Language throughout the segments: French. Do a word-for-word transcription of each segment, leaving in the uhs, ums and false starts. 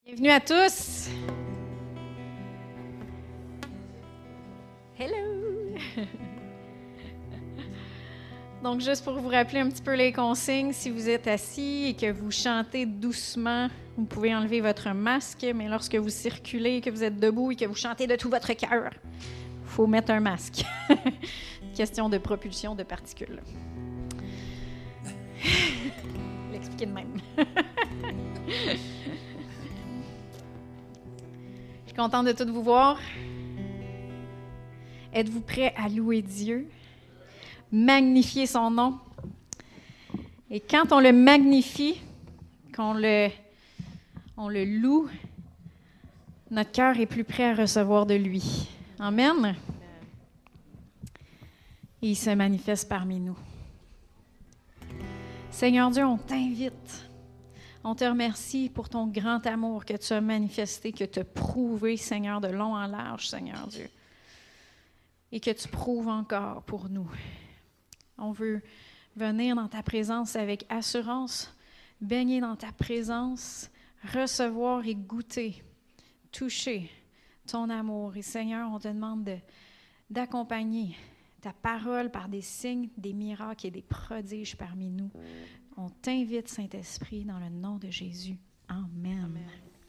Bienvenue à tous. Hello. Donc, juste pour vous rappeler un petit peu les consignes, si vous êtes assis et que vous chantez doucement, vous pouvez enlever votre masque, mais lorsque vous circulez, que vous êtes debout et que vous chantez de tout votre cœur, il faut mettre un masque. Question de propulsion de particules. L'expliquer de même. Je suis contente de tout vous voir. Êtes-vous prêts à louer Dieu? Magnifier son nom. Et quand on le magnifie, qu'on le, on le loue, notre cœur est plus prêt à recevoir de lui. Amen. Et il se manifeste parmi nous. Seigneur Dieu, on t'invite. On te remercie pour ton grand amour que tu as manifesté, que tu as prouvé, Seigneur, de long en large, Seigneur Dieu. Et que tu prouves encore pour nous. On veut venir dans ta présence avec assurance, baigner dans ta présence, recevoir et goûter, toucher ton amour. Et Seigneur, on te demande de, d'accompagner ta parole par des signes, des miracles et des prodiges parmi nous. On t'invite, Saint-Esprit, dans le nom de Jésus. Amen. Amen.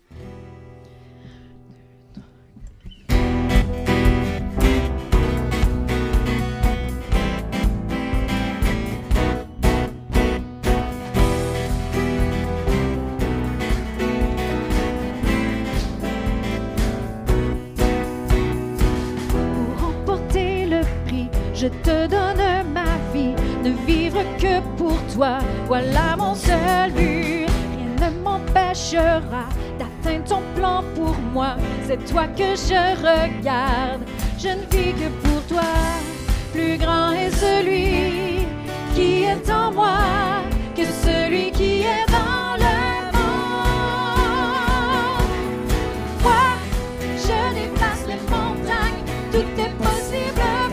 Je te donne ma vie, ne vivre que pour toi, voilà mon seul but. Rien ne m'empêchera d'atteindre ton plan pour moi, c'est toi que je regarde. Je ne vis que pour toi, plus grand est celui qui est en moi que celui qui est dans le monde. Moi, je dépasse les montagnes, tout est possible.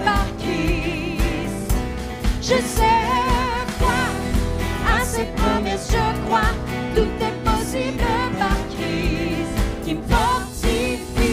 Je sais quoi, à ses promesses je crois, tout est possible par Christ qui me fortifie.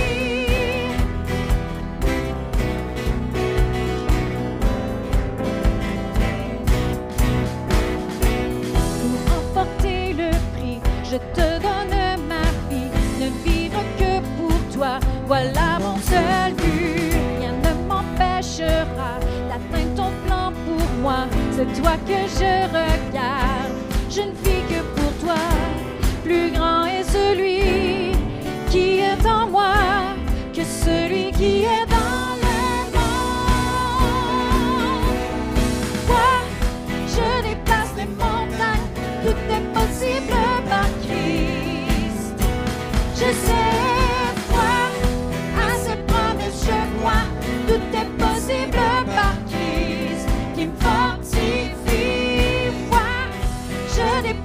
Pour remporter le prix, je te donne ma vie, ne vivre que pour toi, voilà mon seul but. Rien ne m'empêchera d'atteindre ton plan pour moi, c'est toi que je regarde. Je ne vis que pour toi, plus grand est celui qui est en moi que celui qui est dans le monde. Moi, je dépasse les montagnes, tout est possible par Christ. Je sais quoi, à ses promesses je crois, tout est possible par Christ qui me fortifie. Moi, je dépasse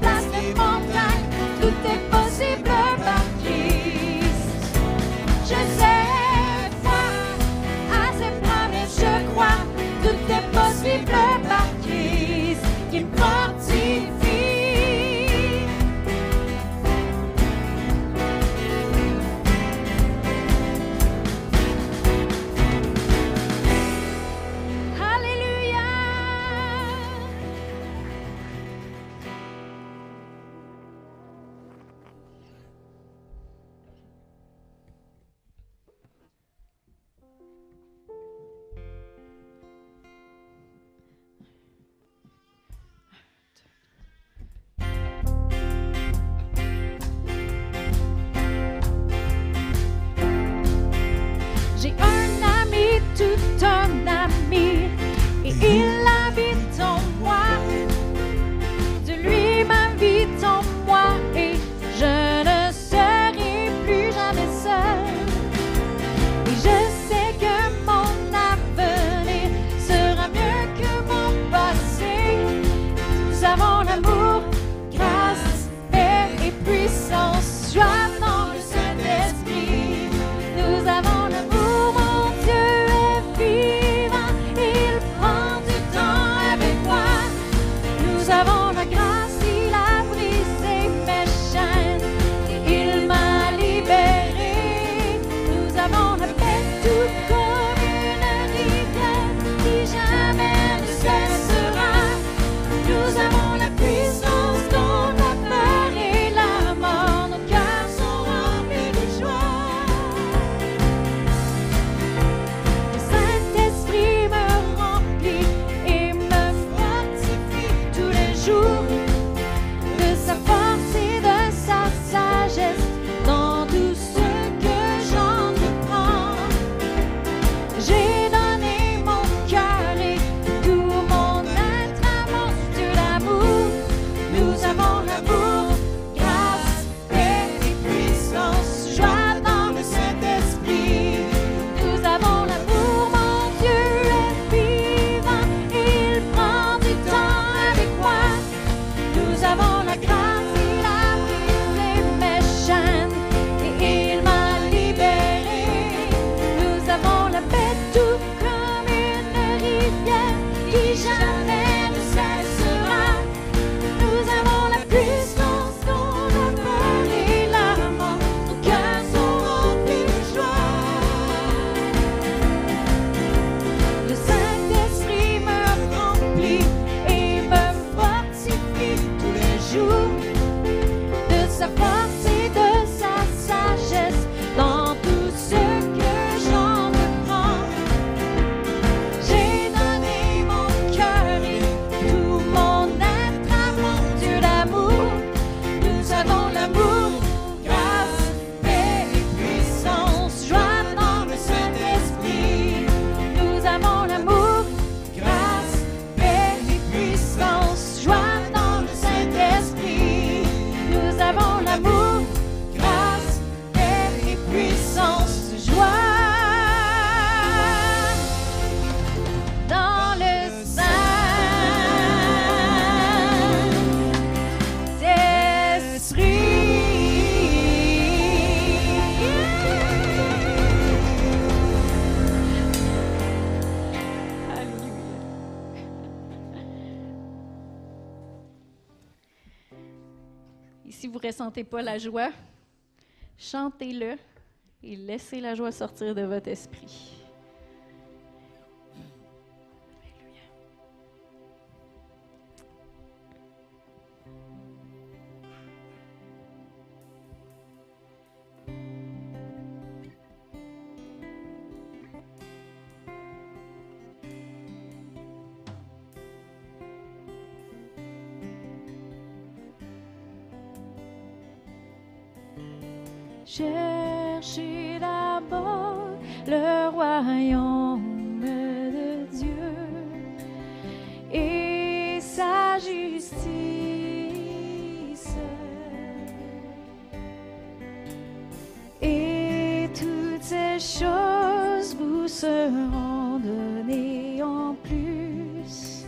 si vous ne ressentez pas la joie, chantez-le et laissez la joie sortir de votre esprit. Cherchez d'abord le royaume de Dieu et sa justice, et toutes ces choses vous seront données en plus.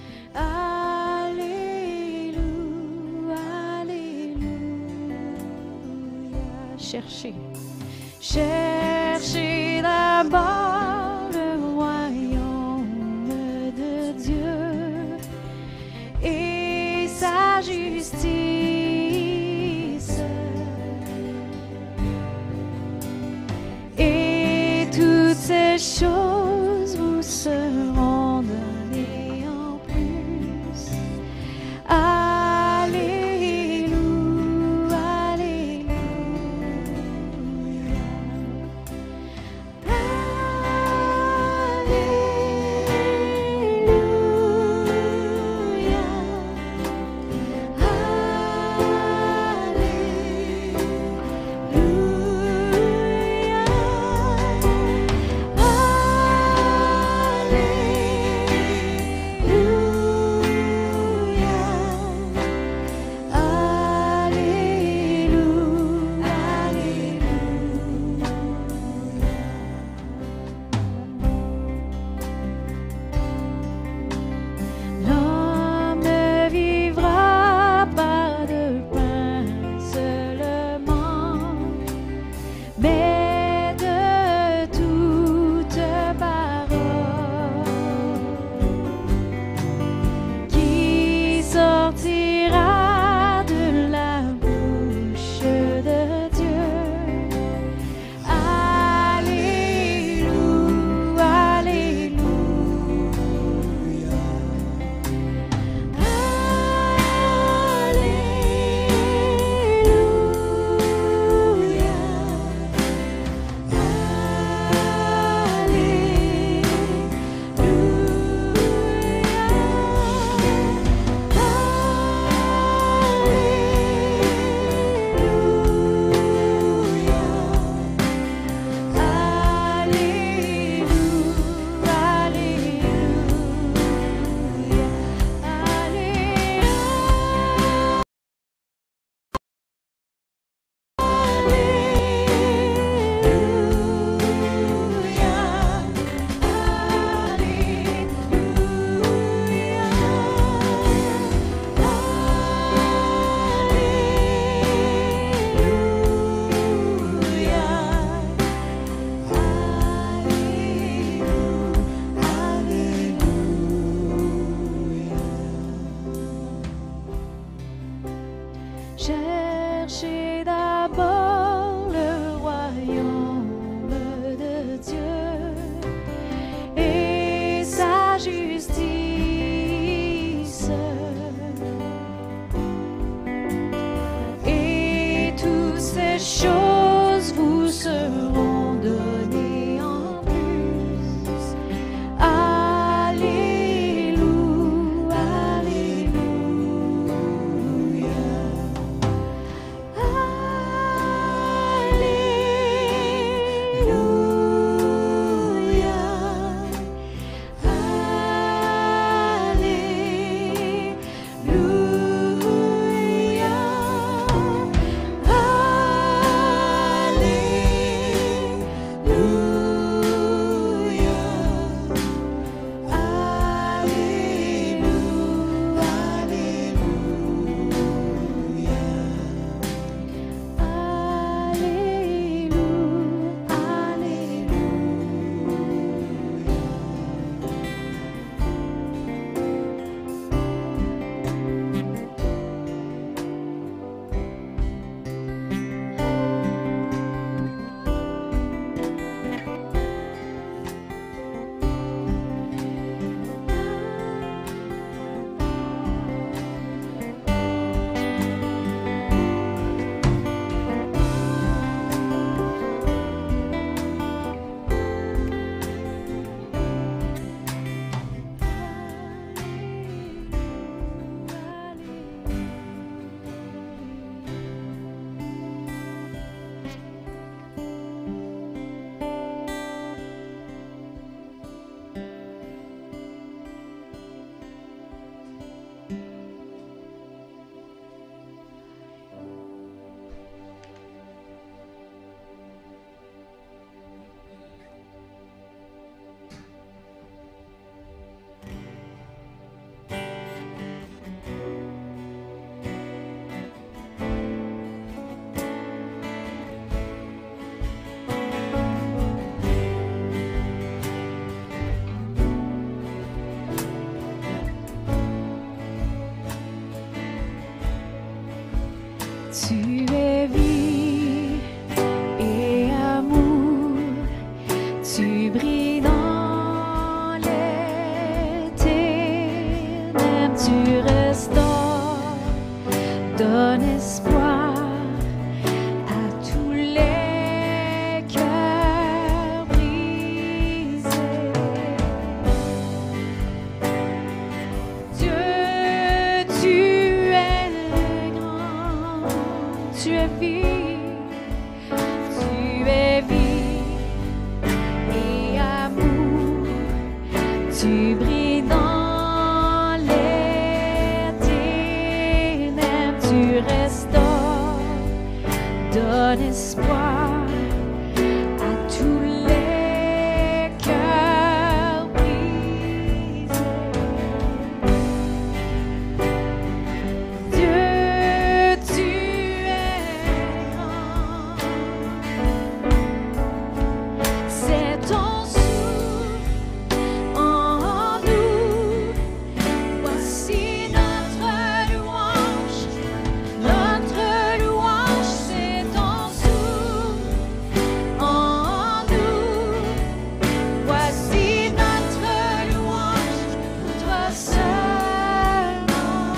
Alléluia, alléluia. Cherchez. Cherchez d'abord le royaume de Dieu et sa justice, et toutes ces choses vous seront données en plus. Alléluia, alléluia. Alléluia. donne espoir à tous les cœurs brisés. Dieu, tu es grand, tu es vie, tu es vie et amour, tu brilles dans les ténèbres, tu restaures, donne espoir à tous les cœurs brisés. Dieu, tu es grand, c'est ton souffle en nous. Voici notre louange, notre louange, c'est ton souffle en nous. Voici notre louange pour toi seulement.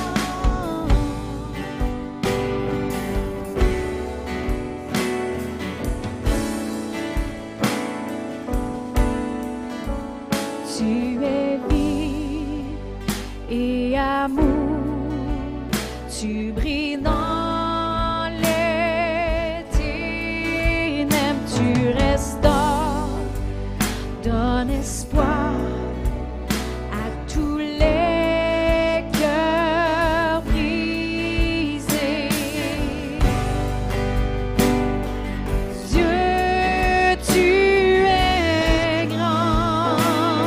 Tu es vie et amour, tu brilles dans les ténèbres, tu restaures, donne espoir à tous les cœurs brisés. Dieu, tu es grand,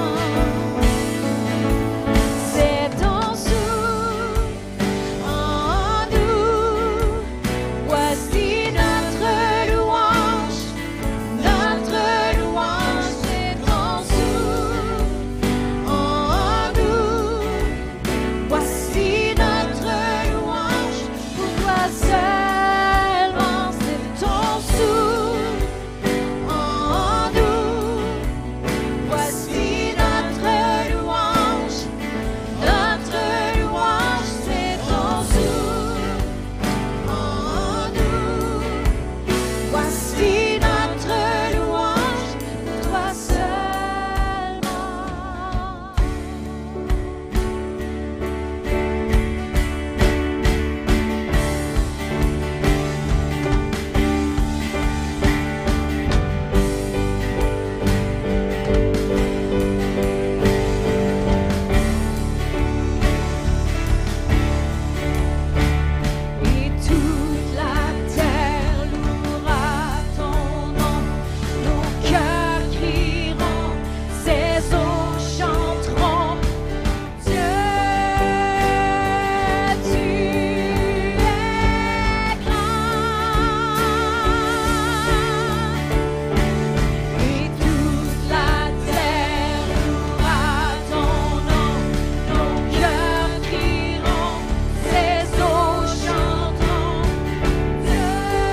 c'est ton souffle en nous. Voici notre louange, notre louange, c'est ton souffle en nous. Voici notre louange pour toi seulement, c'est ton souffle en nous. Voici notre louange, notre louange, c'est ton souffle en nous. Voici notre louange pour toi seulement. Et toute la terre louera ton nom, nos cœurs crieront, ces eaux chanteront. Dieu, tu es grand. Et toute la terre louera ton nom, nos cœurs crieront, ces eaux chanteront. Dieu,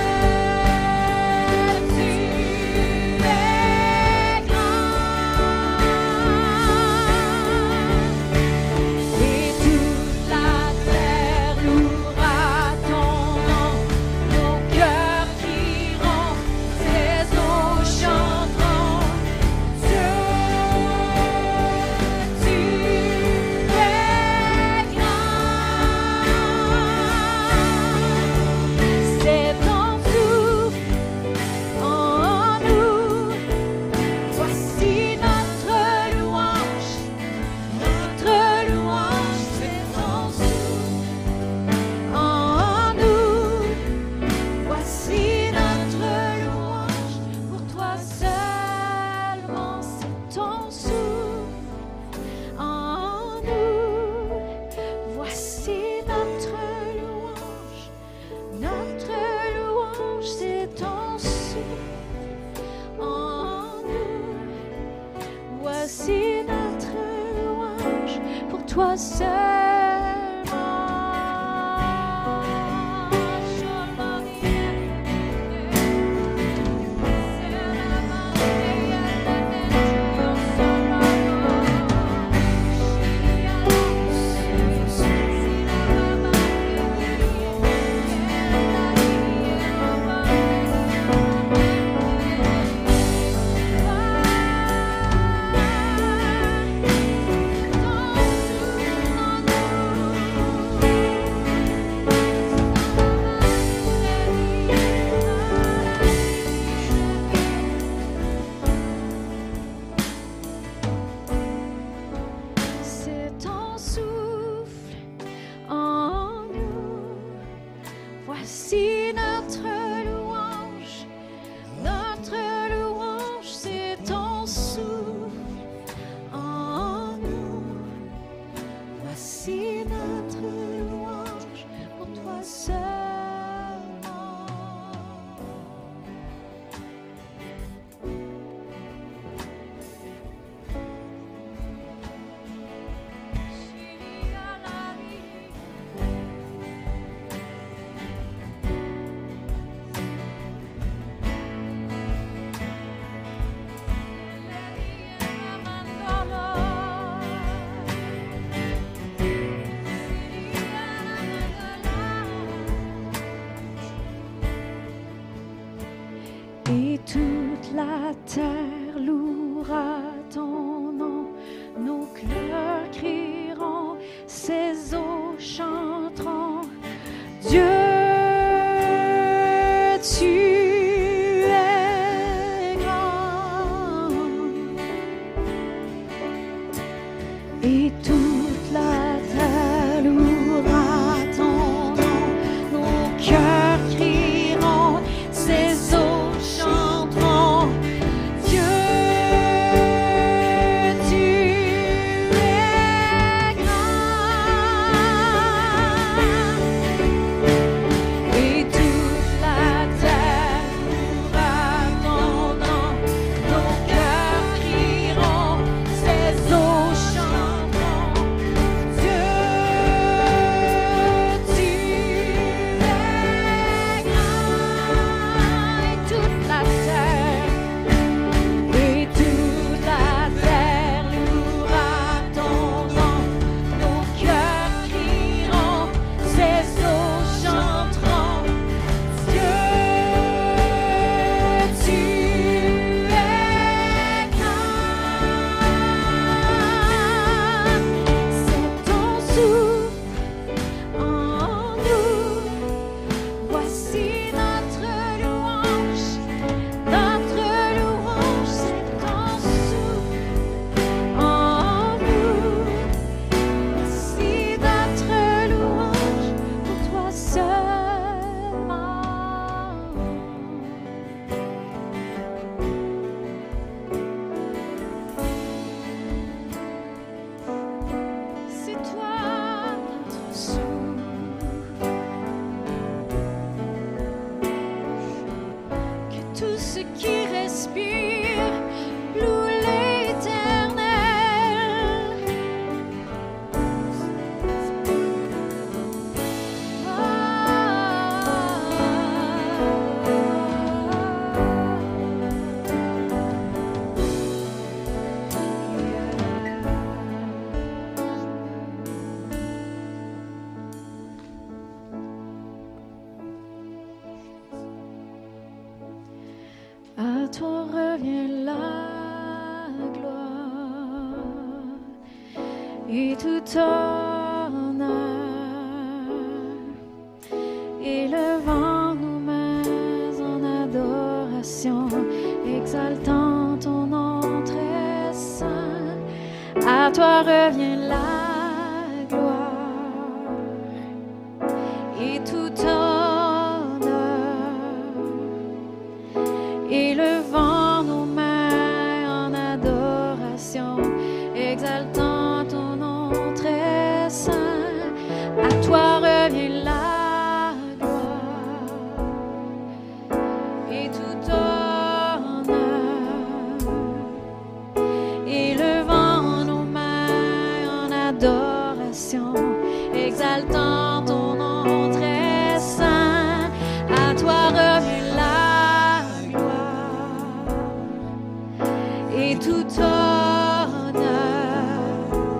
tu es grand. Et toute la terre louera ton nom, nos cœurs crieront, ces eaux chanteront. Dieu, tu es grand, c'est ton souffle en nous. Voici notre louange, notre louange, c'est ton souffle en nous. Voici notre louange pour toi seulement, c'est ton souffle en nous. Voici notre louange, notre louange, c'est ton souffle en nous. Voici notre louange pour toi seulement. terre louera ton nom, nos cœurs crieront, ces eaux chanteront. Dieu, tu es grand, et toute la terre louera ton nom, nos cœurs crieront, ces eaux chanteront. Dieu, tu es grand, et toute la terre louera ton nom, nos cœurs crieront, ces eaux chanteront. Dieu, tu es grand, et toute la terre, et toute la terre louera ton nom, nos cœurs crieront, ces eaux chanteront. Dieu, tu es grand, c'est ton souffle en nous. Voici notre louange, notre louange, c'est ton souffle en nous. Voici notre louange pour toi seulement. C'est toi notre souffle, que tout ce qui respire loue l'Éternel. À toi revient la gloire et tout honneur, élevant nos mains en adoration, exaltant ton nom très saint. À toi revient la gloire et tout honneur, élevant nos mains en adoration, exaltant ton nom très saint. À toi revient la gloire et tout honneur, élevant nos mains en adoration, exaltant ton nom très saint. À toi revient la gloire et tout honneur,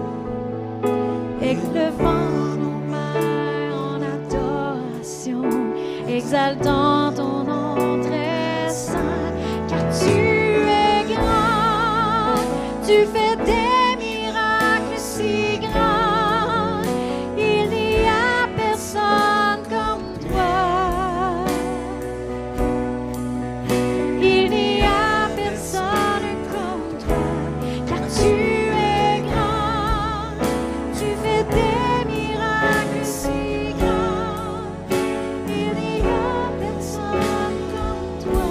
élevant nos mains en adoration, exaltant ton nom très saint. Car tu es grand, tu fais des miracles si grands, il n'y a personne comme toi. Il n'y a personne comme toi, car tu es grand, tu fais des miracles si grands, il n'y a personne comme toi.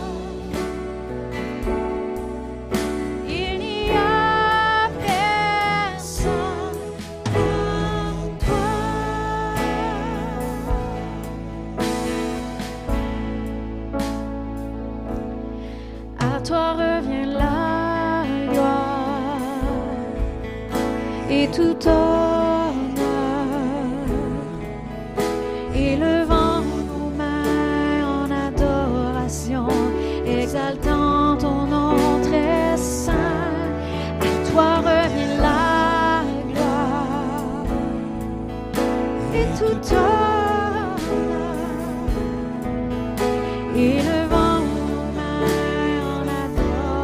Il n'y a personne comme toi. À toi revient la gloire et tout honneur, élevant nos mains en adoration, exaltant ton nom très saint. À toi revient la gloire et tout honneur, élevant nos mains en adoration.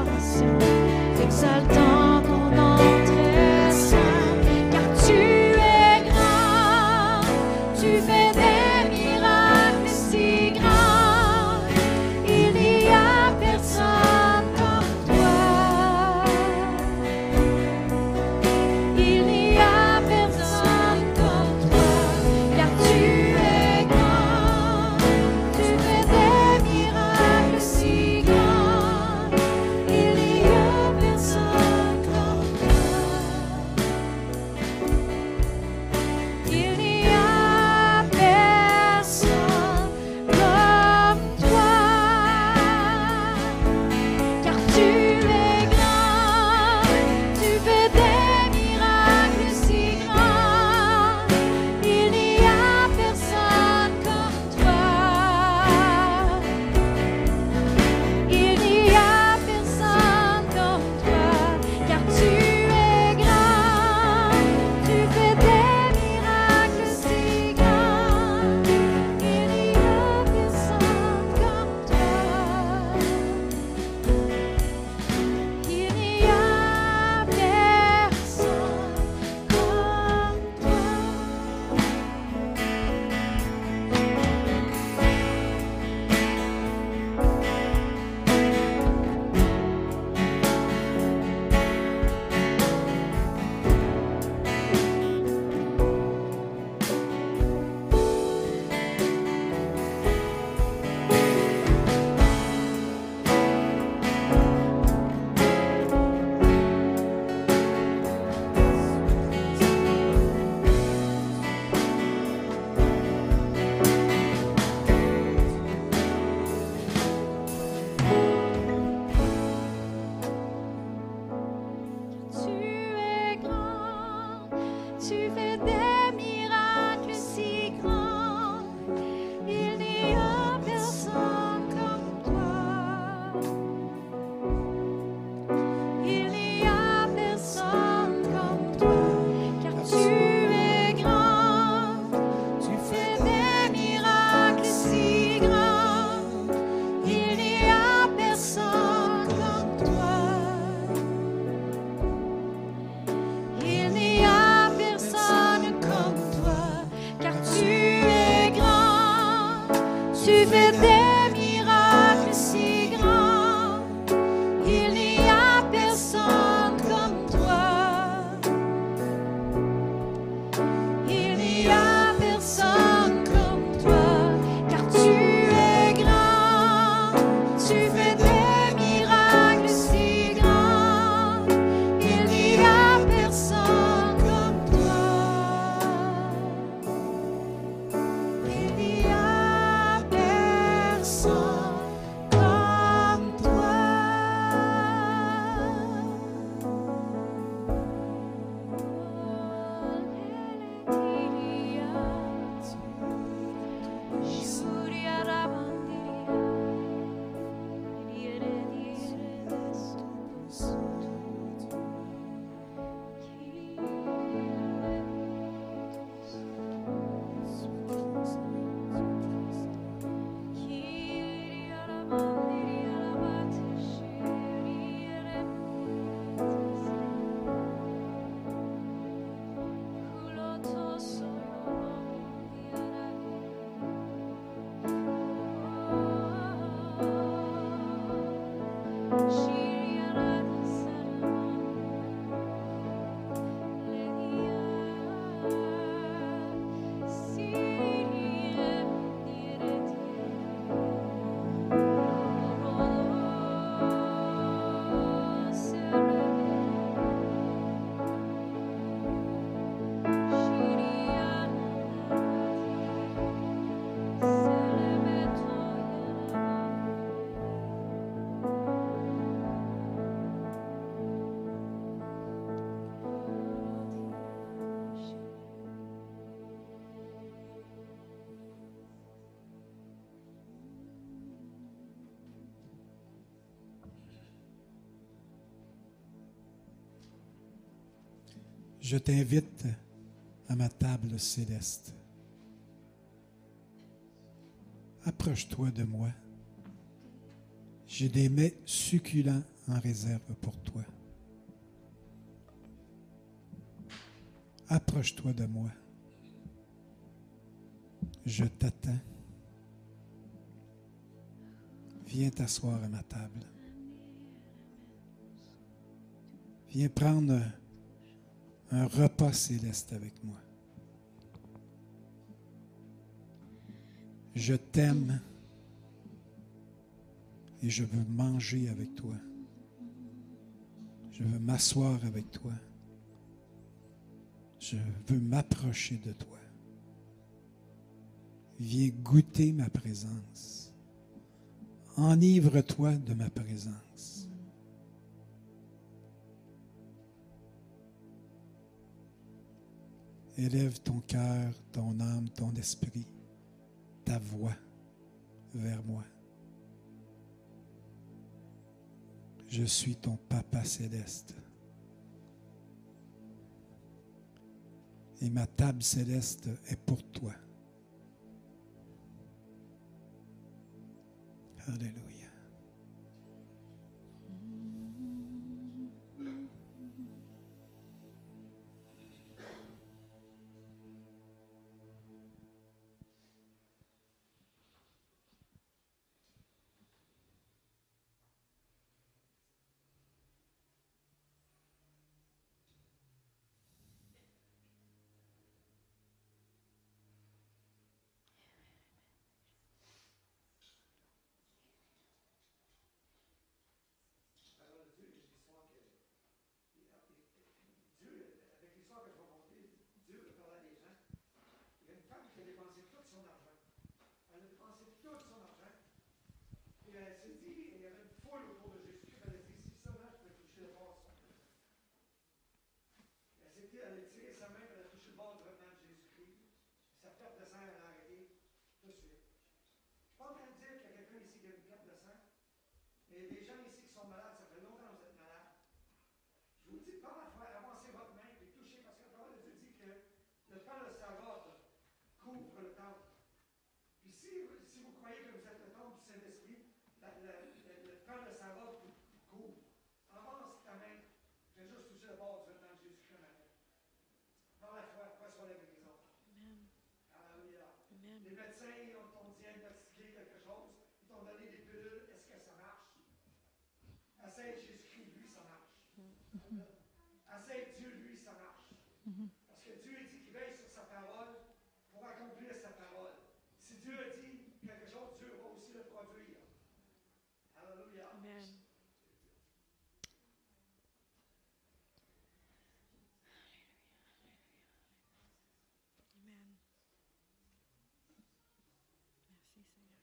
fais des miracles si grands. Il n'y a personne comme toi. Il n'y a personne comme toi, car tu es grand. Tu fais des miracles si grands. Il n'y a personne comme toi. Il n'y a personne comme toi, car tu es grand. Tu fais des miracles si grands. Il n'y a personne comme toi. Il n'y a personne comme toi, car tu es grand. Tu fais des miracles si grands. Il n'y a personne comme toi. Il n'y a personne comme Je t'invite à ma table céleste. Approche-toi de moi. J'ai des mets succulents en réserve pour toi. Approche-toi de moi. Je t'attends. Viens t'asseoir à ma table. Viens prendre un repas céleste avec moi. Je t'aime et je veux manger avec toi. Je veux m'asseoir avec toi. Je veux m'approcher de toi. Viens goûter ma présence. Enivre-toi de ma présence. Élève ton cœur, ton âme, ton esprit, ta voix vers moi. Je suis ton Papa céleste. Et ma table céleste est pour toi. Alléluia. Elle a tiré sa main, elle a touché le bord du vêtement de Jésus-Christ. Sa perte de sang, elle a arrêté tout de suite. Je ne suis pas en train de dire qu'il y a quelqu'un ici qui a une perte de sang. Mais les gens ici qui sont malades, ça fait longtemps que vous êtes malades. Je vous dis, par la foi, avancez votre main et touchez, parce que la parole de Dieu dit que le temps de sa robe couvre le temple. Puis si, si vous croyez que vous êtes le temple du Saint-Esprit, la, la, la, le temps de sa robe couvre. Avance ta main. Fais juste toucher le bord du vêtement de Jésus-Christ maintenant. Par la foi, reçois la guérison. Amen. Alléluia. Amen. Les médecins ils t'ont diagnostiqué quelque chose, ils t'ont donné des pilules, est-ce que ça marche? Essaye Jésus-Christ, lui, ça marche. Essaye Dieu, lui, ça marche. Parce que Dieu dit qu'il veille sur sa parole pour accomplir sa parole. Si Dieu a dit quelque chose, Dieu va aussi le produire. Alléluia. Amen. Amen. Merci Seigneur.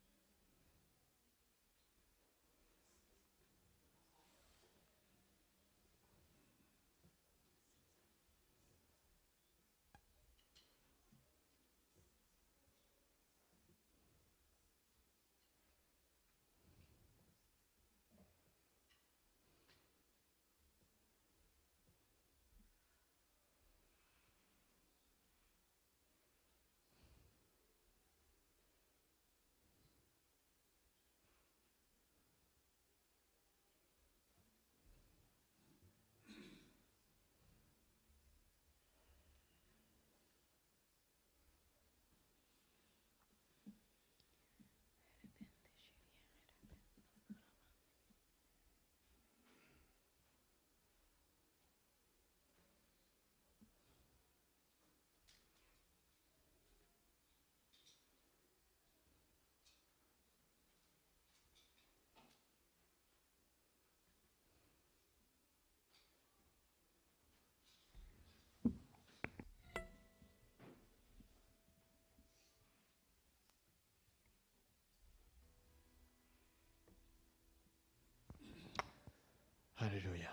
Alléluia.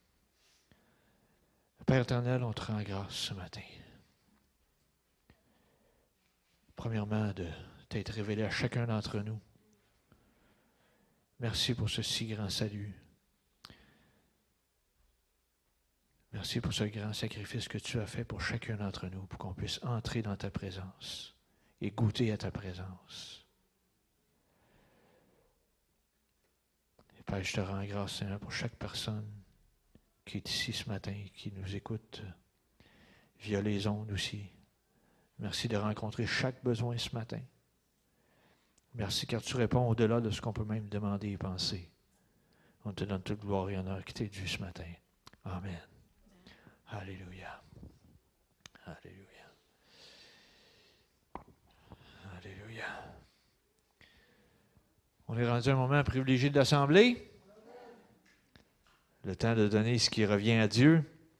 Père éternel, on te rend grâce ce matin. Premièrement, de t'être révélé à chacun d'entre nous. Merci pour ce si grand salut. Merci pour ce grand sacrifice que tu as fait pour chacun d'entre nous, pour qu'on puisse entrer dans ta présence et goûter à ta présence. Père, je te rends grâce, Seigneur, pour chaque personne qui est ici ce matin, qui nous écoute via les ondes aussi. Merci de rencontrer chaque besoin ce matin. Merci car tu réponds au-delà de ce qu'on peut même demander et penser. On te donne toute gloire et honneur qui t'est dû ce matin. Amen. Alléluia. Alléluia. Alléluia. On est rendu à un moment privilégié de l'Assemblée. Le temps de donner ce qui revient à Dieu.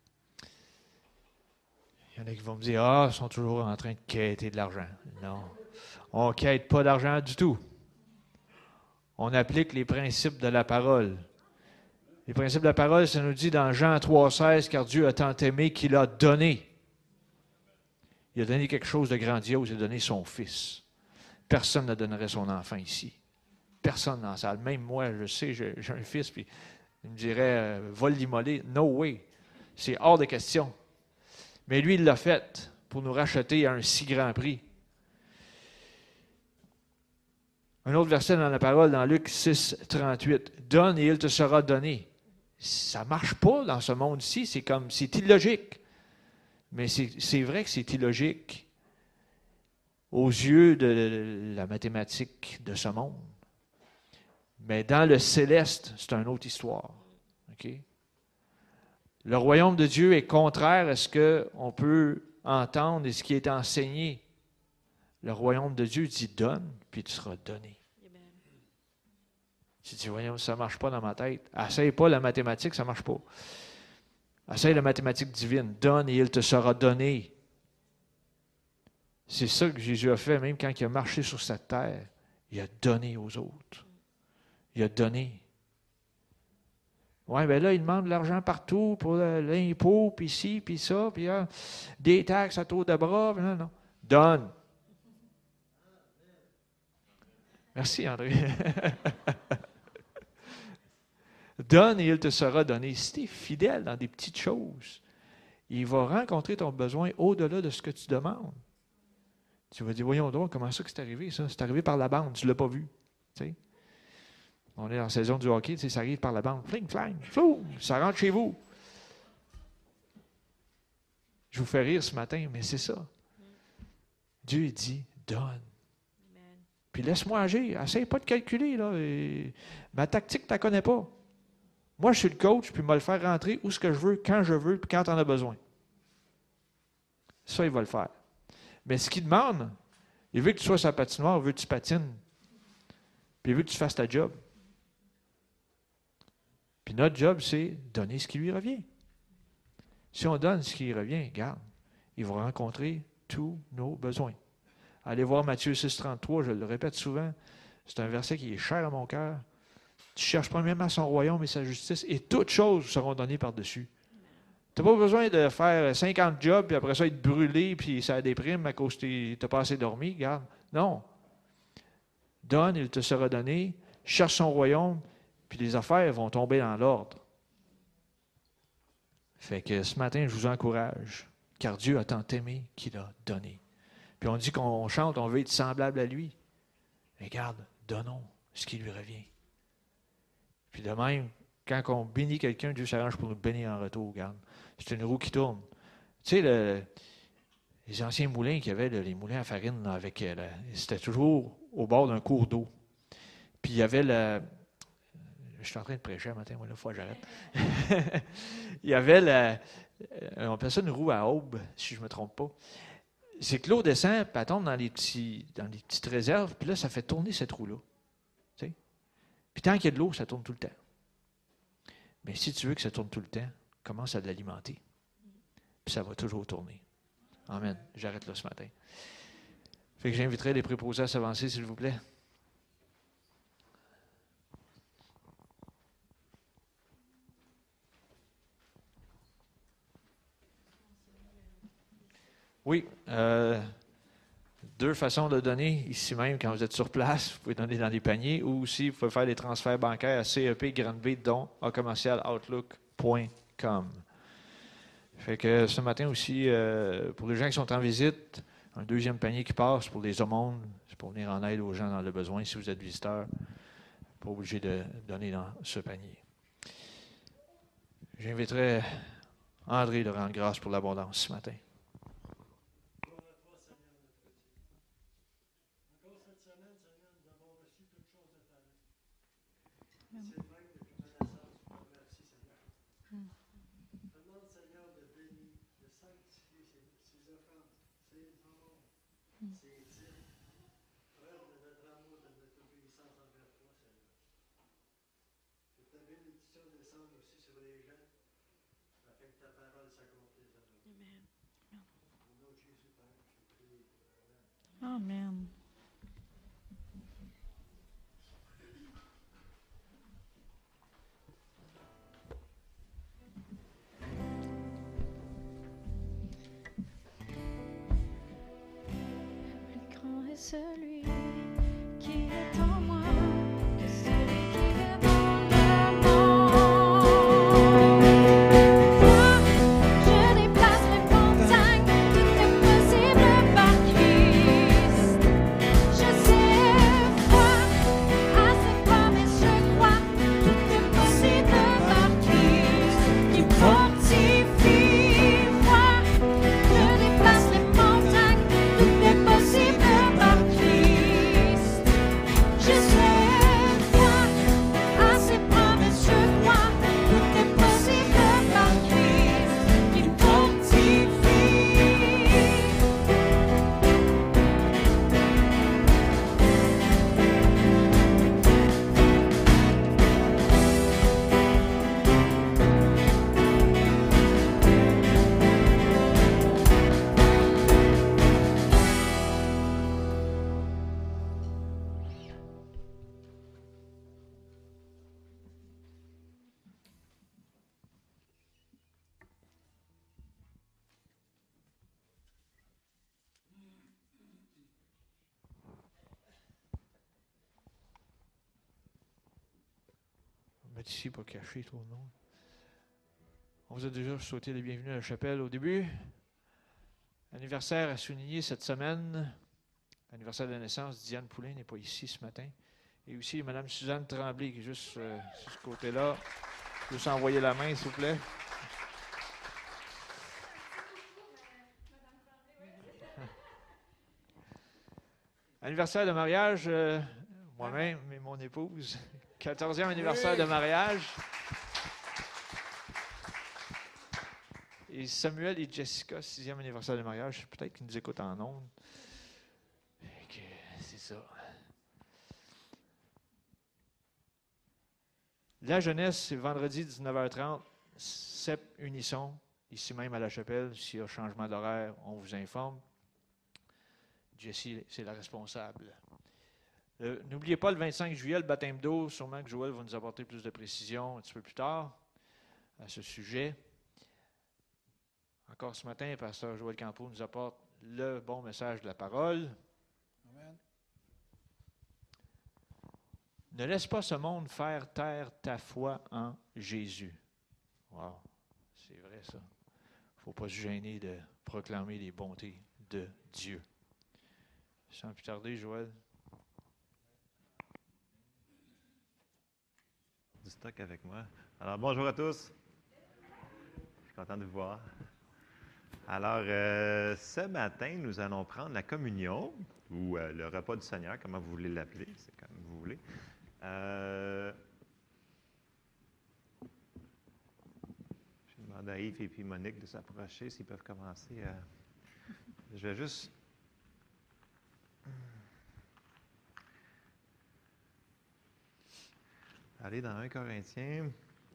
Il y en a qui vont me dire, ah, ils sont toujours en train de quêter de l'argent. Non, on ne quête pas d'argent du tout. On applique les principes de la parole. Les principes de la parole, ça nous dit dans Jean trois seize, car Dieu a tant aimé qu'il a donné. Il a donné quelque chose de grandiose, il a donné son Fils. Personne ne donnerait son enfant ici. Personne dans la salle. Même moi, je sais, j'ai, j'ai un fils, puis il me dirait, euh, va l'immoler. No way. C'est hors de question. Mais lui, il l'a fait pour nous racheter à un si grand prix. Un autre verset dans la parole, dans Luc six trente-huit. Donne et il te sera donné. Ça ne marche pas dans ce monde-ci. C'est comme, c'est illogique. Mais c'est, c'est vrai que c'est illogique aux yeux de la mathématique de ce monde. Mais dans le céleste, c'est une autre histoire. Okay? Le royaume de Dieu est contraire à ce qu'on peut entendre et ce qui est enseigné. Le royaume de Dieu dit « donne », puis tu seras donné. Amen. Tu dis « voyons, ça ne marche pas dans ma tête ». Essaye pas la mathématique, ça ne marche pas. Essaye la mathématique divine. « Donne et il te sera donné ». C'est ça que Jésus a fait, même quand il a marché sur cette terre. Il a donné aux autres. Il a donné. Oui, bien là, il demande de l'argent partout pour l'impôt, puis ci, puis ça, puis là, des taxes à tour de bras. Non, non. Donne. Merci, André. Donne et il te sera donné. Si tu es fidèle dans des petites choses, il va rencontrer ton besoin au-delà de ce que tu demandes. Tu vas dire, voyons donc, comment ça que c'est arrivé, ça? C'est arrivé par la bande, tu ne l'as pas vu. Tu sais? On est en saison du hockey, tu sais, ça arrive par la bande. Fling, flang, flou, ça rentre chez vous. Je vous fais rire ce matin, mais c'est ça. Dieu dit, donne. Amen. Puis laisse-moi agir. Essaye pas de calculer. Là, et ma tactique, tu ne la connais pas. Moi, je suis le coach, puis il va le faire rentrer où ce que je veux, quand je veux, puis quand tu en as besoin. Ça, il va le faire. Mais ce qu'il demande, il veut que tu sois sur la patinoire, il veut que tu patines, puis il veut que tu fasses ta job. Puis notre job, c'est donner ce qui lui revient. Si on donne ce qui lui revient, regarde, il va rencontrer tous nos besoins. Allez voir Matthieu six, trente-trois, je le répète souvent, c'est un verset qui est cher à mon cœur. Tu cherches premièrement son royaume et sa justice, et toutes choses seront données par-dessus. Tu n'as pas besoin de faire cinquante jobs, puis après ça, être brûlé, puis ça déprime à cause que tu n'as pas assez dormi. Regarde. Non. Donne, il te sera donné. Cherche son royaume, puis les affaires vont tomber dans l'ordre. Fait que ce matin, je vous encourage, car Dieu a tant aimé qu'il a donné. Puis on dit qu'on chante, on veut être semblable à lui. Regarde, donnons ce qui lui revient. Puis de même, quand on bénit quelqu'un, Dieu s'arrange pour nous bénir en retour. Regarde, c'est une roue qui tourne. Tu sais, le, les anciens moulins qu'il y avait, les moulins à farine, là, avec, la, c'était toujours au bord d'un cours d'eau. Puis il y avait le... Je suis en train de prêcher un matin, moi, là, faut que j'arrête. Il y avait la... On appelle ça une roue à aube, si je ne me trompe pas. C'est que l'eau descend, puis elle tombe dans les, petits, dans les petites réserves, puis là, ça fait tourner cette roue-là. Tu sais? Puis tant qu'il y a de l'eau, ça tourne tout le temps. Mais si tu veux que ça tourne tout le temps, commence à l'alimenter. Puis ça va toujours tourner. Amen. J'arrête là ce matin. Fait que j'inviterai les préposés à s'avancer, s'il vous plaît. Oui, euh, deux façons de donner, ici même, quand vous êtes sur place, vous pouvez donner dans les paniers, ou aussi vous pouvez faire des transferts bancaires à C E P, grande B, don, à commercial outlook point com. Fait que ce matin aussi, euh, pour les gens qui sont en visite, un deuxième panier qui passe pour les aumônes, c'est pour venir en aide aux gens dans le besoin. Si vous êtes visiteur, pas obligé de donner dans ce panier. J'inviterai André de rendre grâce pour l'abondance ce matin. Amen. Plus grand est celui qui est en moi que celui qui est dans le monde. Moi, je déplace les montagnes, tout est possible par Christ. Je sais foi, assez fort, mais je crois, tout est possible par Christ qui fortifie. Moi, je déplace les montagnes, tout est possible par Christ. être ici pour cacher tout le monde. On vous a déjà souhaité les bienvenus à la chapelle au début. Anniversaire à souligner cette semaine. Anniversaire de naissance, Diane Poulain n'est pas ici ce matin. Et aussi Mme Suzanne Tremblay qui est juste euh, sur ce côté-là. Juste envoyer la main, s'il vous plaît. Anniversaire de mariage, euh, moi-même et mon épouse. quatorzième anniversaire de mariage. Et Samuel et Jessica, sixième anniversaire de mariage. Peut-être qu'ils nous écoutent en ondes. C'est ça. La jeunesse, c'est vendredi dix-neuf heures trente. C E P Unisson, ici même à la chapelle. S'il y a changement d'horaire, on vous informe. Jessie, c'est la responsable. Euh, n'oubliez pas, le vingt-cinq juillet, le baptême d'eau. Sûrement que Joël va nous apporter plus de précision un petit peu plus tard à ce sujet. Encore ce matin, le pasteur Joël Campeau nous apporte le bon message de la parole. Amen. Ne laisse pas ce monde faire taire ta foi en Jésus. Wow, c'est vrai ça. Il ne faut pas se gêner de proclamer les bontés de Dieu. Sans plus tarder, Joël. Du stock avec moi. Alors, bonjour à tous. Je suis content de vous voir. Alors, euh, ce matin, nous allons prendre la communion, ou euh, le repas du Seigneur, comment vous voulez l'appeler, c'est comme vous voulez. Euh, je demande à Yves et puis Monique de s'approcher, s'ils peuvent commencer. À... Je vais juste... aller dans un Corinthiens.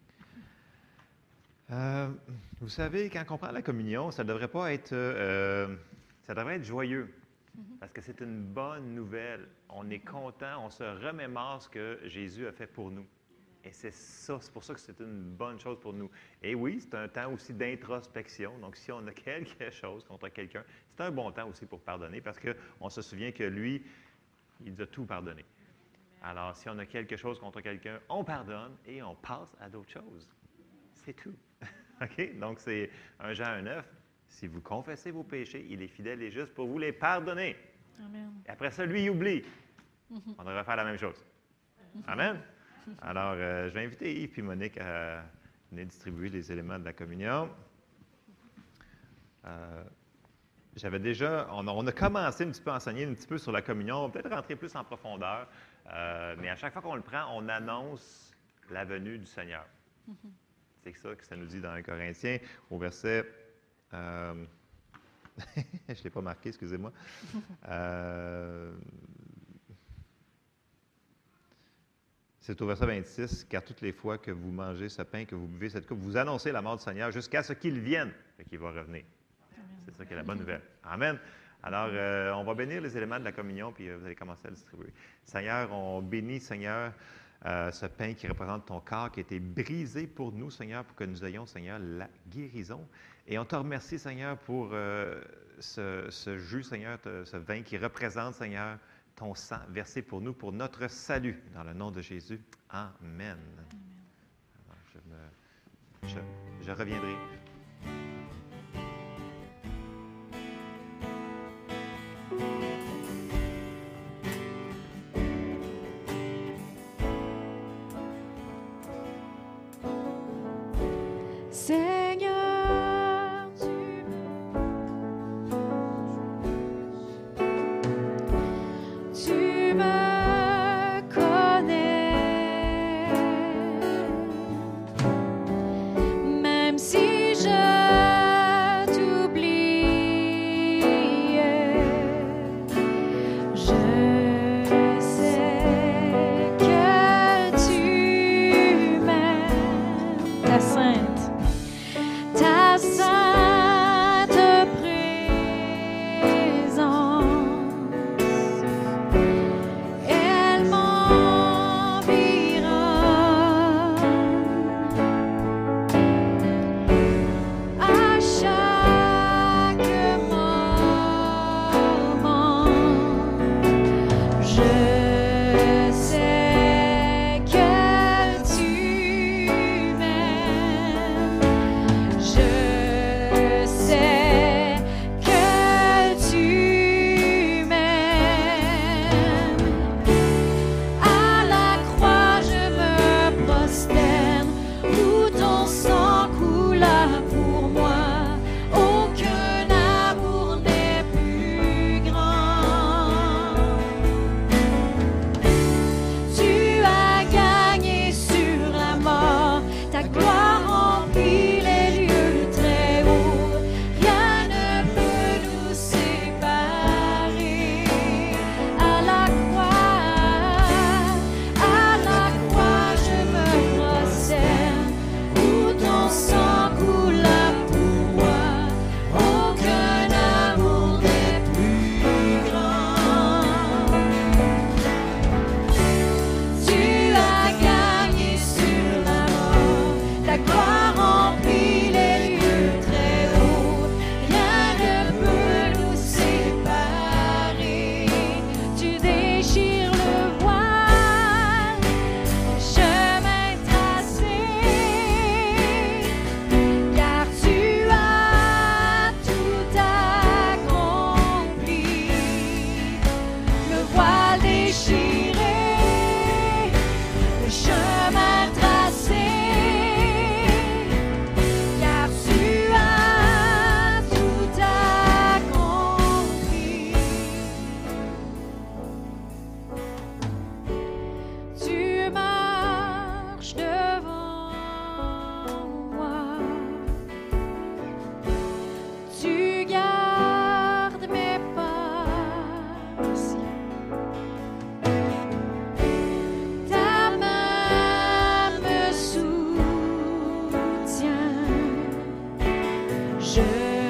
Euh, vous savez, quand on prend la communion, ça ne devrait pas être, euh, ça devrait être joyeux, parce que c'est une bonne nouvelle. On est content, on se remémore ce que Jésus a fait pour nous. Et c'est ça, c'est pour ça que c'est une bonne chose pour nous. Et oui, c'est un temps aussi d'introspection. Donc, si on a quelque chose contre quelqu'un, c'est un bon temps aussi pour pardonner, parce qu'on se souvient que lui, il nous a tout pardonné. Alors, si on a quelque chose contre quelqu'un, on pardonne et on passe à d'autres choses. C'est tout. OK? Donc, c'est un Jean un neuf. Si vous confessez vos péchés, il est fidèle et juste pour vous les pardonner. Amen. Et après ça, lui, il oublie. On devrait faire la même chose. Amen? Alors, euh, je vais inviter Yves et Monique à venir distribuer les éléments de la communion. Euh, J'avais déjà, on a, on a commencé un petit peu à enseigner un petit peu sur la communion. On va peut-être rentrer plus en profondeur. Euh, mais à chaque fois qu'on le prend, on annonce la venue du Seigneur. Mm-hmm. C'est ça que ça nous dit dans un Corinthiens, au verset... Euh, je ne l'ai pas marqué, excusez-moi. Euh, c'est au verset vingt-six, « Car toutes les fois que vous mangez ce pain, que vous buvez cette coupe, vous annoncez la mort du Seigneur jusqu'à ce qu'il vienne, et qu'il va revenir. » C'est ça qui est la bonne nouvelle. Amen. Alors, euh, on va bénir les éléments de la communion, puis euh, vous allez commencer à le distribuer. Seigneur, on bénit, Seigneur, euh, ce pain qui représente ton corps, qui a été brisé pour nous, Seigneur, pour que nous ayons, Seigneur, la guérison. Et on te remercie, Seigneur, pour euh, ce, ce jus, Seigneur, te, ce vin qui représente, Seigneur, ton sang versé pour nous, pour notre salut. Dans le nom de Jésus. Amen. Amen. Alors, je, me, je, je reviendrai. Seigneur, tu, tu me connais, même si je t'oublie, je sais que tu m'aimes, ta sainte. Je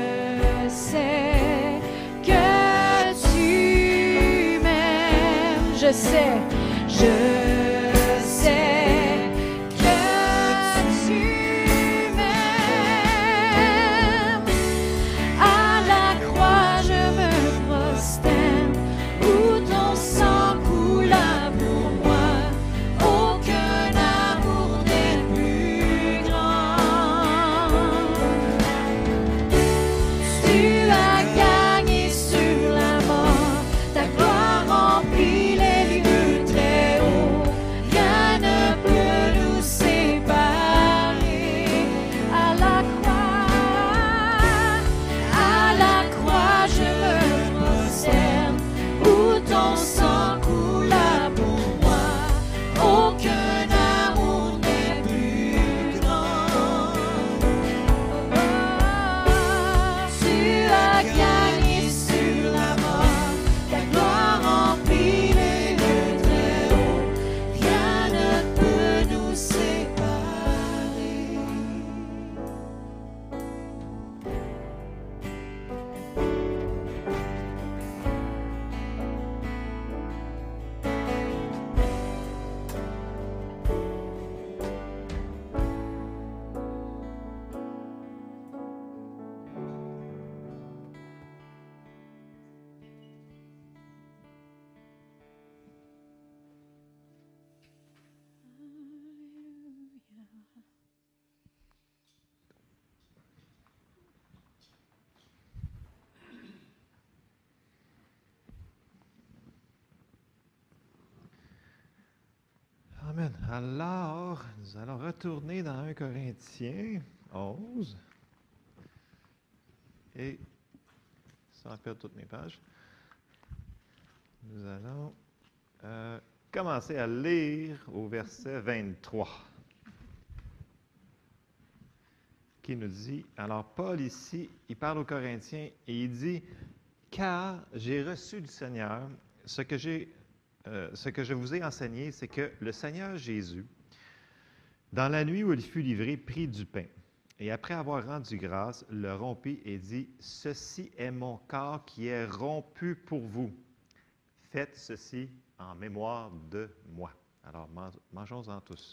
sais que tu m'aimes. Je sais, je sais que tu m'aimes. À la croix, je me prosterne où ton sang coula pour moi. Aucun amour n'est plus grand. Tu as gagné sur la mort, ta gloire remplit les lieux très hauts. Rien ne peut nous séparer. À la croix, à la croix, je me prosterne où ton sang coula pour moi. Aucun amour n'est plus grand. Tu as gagné sur la mort, ta gloire remplit les lieux très hauts. Rien ne peut nous séparer. Amen. Alors, nous allons retourner dans un Corinthiens onze. Et, sans perdre toutes mes pages, nous allons euh, commencer à lire au verset vingt-trois. Qui nous dit, alors Paul ici, il parle aux Corinthiens et il dit, « Car j'ai reçu du Seigneur ce que j'ai Euh, ce que je vous ai enseigné, c'est que le Seigneur Jésus, dans la nuit où il fut livré, prit du pain, et après avoir rendu grâce, le rompit et dit, « Ceci est mon corps qui est rompu pour vous. Faites ceci en mémoire de moi. » Alors, man- mangeons-en tous.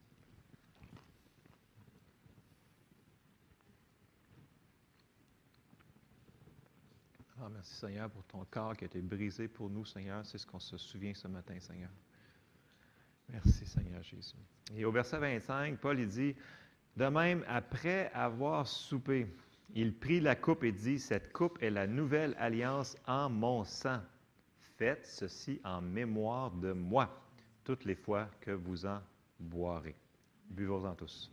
Ah, merci Seigneur pour ton corps qui a été brisé pour nous, Seigneur. C'est ce qu'on se souvient ce matin, Seigneur. Merci, Seigneur Jésus. Et au verset vingt-cinq, Paul il dit, « De même, après avoir soupé, il prit la coupe et dit, « Cette coupe est la nouvelle alliance en mon sang. Faites ceci en mémoire de moi, toutes les fois que vous en boirez. » Buvons-en tous.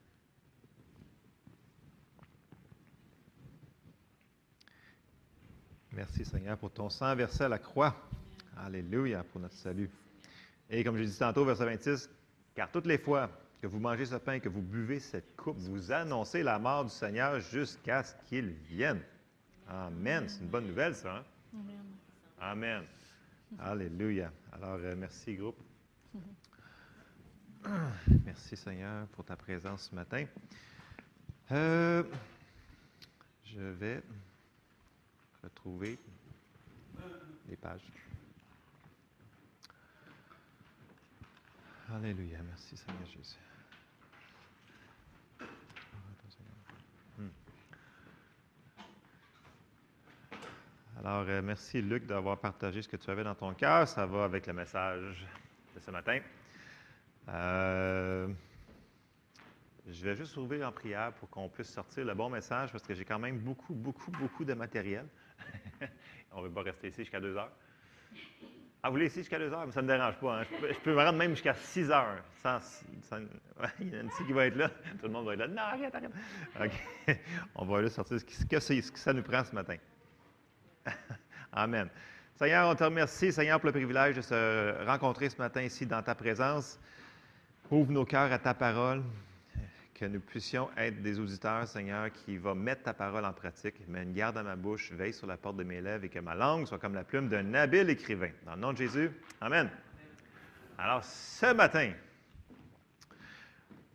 Merci Seigneur pour ton sang versé à la croix. Alléluia pour notre salut. Et comme je disais tantôt, verset vingt-six, « Car toutes les fois que vous mangez ce pain et que vous buvez cette coupe, vous annoncez la mort du Seigneur jusqu'à ce qu'il vienne. » Amen. C'est une bonne nouvelle, ça. Hein? Amen. Amen. Alléluia. Alors, euh, merci, groupe. Merci, Seigneur, pour ta présence ce matin. Euh, je vais retrouver les pages. Alléluia. Merci, Seigneur Jésus. Hmm. Alors, euh, merci, Luc, d'avoir partagé ce que tu avais dans ton cœur. Ça va avec le message de ce matin. Euh, je vais juste ouvrir en prière pour qu'on puisse sortir le bon message parce que j'ai quand même beaucoup, beaucoup, beaucoup de matériel. On ne veut pas rester ici jusqu'à deux heures. Ah, vous voulez ici jusqu'à deux heures? Mais ça ne me dérange pas. Hein. Je, peux, je peux me rendre même jusqu'à six heures. Sans, sans, ouais, il y en a une ici qui va être là. Tout le monde va être là. Non, arrête, arrête. OK. On va juste sortir ce, qui, ce, que, ce que ça nous prend ce matin. Amen. Seigneur, on te remercie, Seigneur, pour le privilège de se rencontrer ce matin ici dans ta présence. Ouvre nos cœurs à ta parole, que nous puissions être des auditeurs, Seigneur, qui va mettre ta parole en pratique. Mets une garde à ma bouche, veille sur la porte de mes lèvres et que ma langue soit comme la plume d'un habile écrivain. Dans le nom de Jésus, Amen. Alors, ce matin,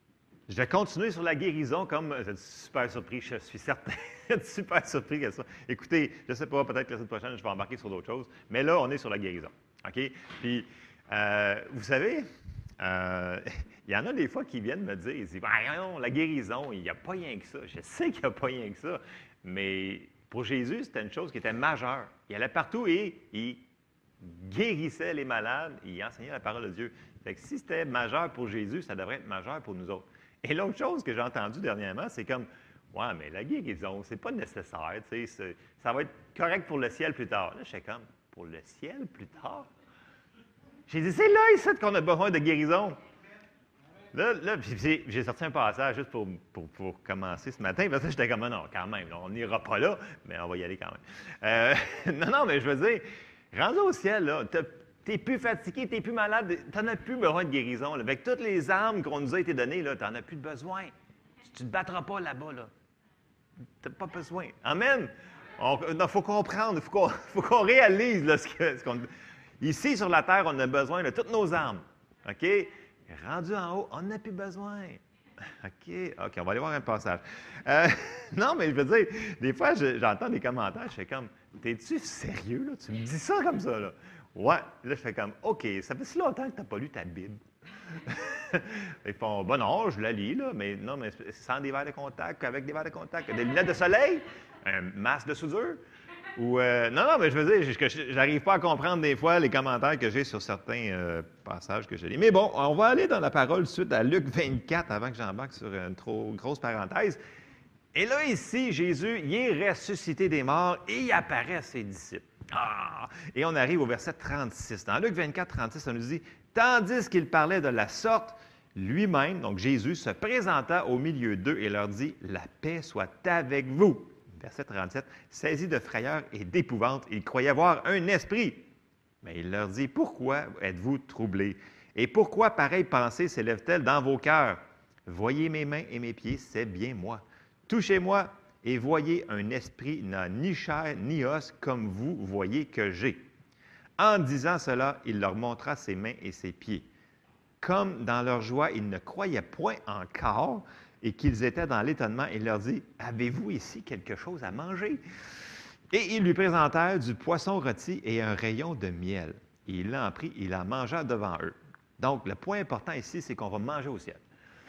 Je vais continuer sur la guérison comme... Je suis super surpris, je suis certain. Je suis super surpris que ça. Écoutez, je ne sais pas, peut-être que la semaine prochaine, je vais embarquer sur d'autres choses. Mais là, on est sur la guérison. OK? Puis, euh, vous savez, euh, il y en a des fois qui viennent me dire, ils disent, ah, non, la guérison, il n'y a pas rien que ça. Je sais qu'il n'y a pas rien que ça. Mais pour Jésus, c'était une chose qui était majeure. Il allait partout et il guérissait les malades, et il enseignait la parole de Dieu. Fait que si c'était majeur pour Jésus, ça devrait être majeur pour nous autres. Et l'autre chose que j'ai entendue dernièrement, c'est comme, ouais, mais la guérison, c'est pas nécessaire, tu sais, ça va être correct pour le ciel plus tard. Là, je suis comme, pour le ciel plus tard? J'ai dit, c'est là, ici, qu'on a besoin de guérison. Là, là j'ai sorti un passage juste pour, pour, pour commencer ce matin, parce que j'étais comme, non, quand même, on n'ira pas là, mais on va y aller quand même. Euh, non, non, mais je veux dire, rendu au ciel, là, tu n'es plus fatigué, tu n'es plus malade, tu n'en as plus besoin de guérison. Là. Avec toutes les armes qu'on nous a été données, tu n'en as plus de besoin. Tu ne te battras pas là-bas. Là. Tu n'as pas besoin. Amen. Il faut comprendre, il faut qu'on faut qu'on réalise là, ce qu'on... Ce qu'on ici, sur la terre, on a besoin de toutes nos armes. OK? Rendu en haut, on n'a plus besoin. OK, OK, on va aller voir un passage. Euh, non, mais je veux dire, des fois, j'entends des commentaires, je fais comme, t'es-tu sérieux, là? Tu me dis ça comme ça, là? Ouais. Là, je fais comme, OK, ça fait si longtemps que tu n'as pas lu ta Bible. Ils font, ben non, je la lis, là, mais non, mais sans des verres de contact, avec des verres de contact, des lunettes de soleil, un masque de soudure. Ou, euh, non, non, mais je veux dire, je n'arrive pas à comprendre des fois les commentaires que j'ai sur certains euh, passages que je lis. Mais bon, on va aller dans la parole suite à Luc vingt-quatre avant que j'embarque sur une trop grosse parenthèse. Et là, ici, Jésus, il est ressuscité des morts et il apparaît à ses disciples. Ah! Et on arrive au verset trente-six. Dans Luc vingt-quatre, trente-six, on nous dit, « Tandis qu'il parlait de la sorte, lui-même, donc Jésus, se présenta au milieu d'eux et leur dit, « La paix soit avec vous. » Verset trente-sept, « Saisi de frayeur et d'épouvante, ils croyaient voir un esprit. Mais il leur dit, « Pourquoi êtes-vous troublés? Et pourquoi pareille pensée s'élève-t-elle dans vos cœurs? Voyez mes mains et mes pieds, c'est bien moi. Touchez-moi et voyez, un esprit n'a ni chair ni os comme vous voyez que j'ai. » En disant cela, il leur montra ses mains et ses pieds. Comme dans leur joie, ils ne croyaient point encore et qu'ils étaient dans l'étonnement, il leur dit, « Avez-vous ici quelque chose à manger? » Et ils lui présentèrent du poisson rôti et un rayon de miel. Et il l'en prit, il en mangea devant eux. Donc, le point important ici, c'est qu'on va manger au ciel.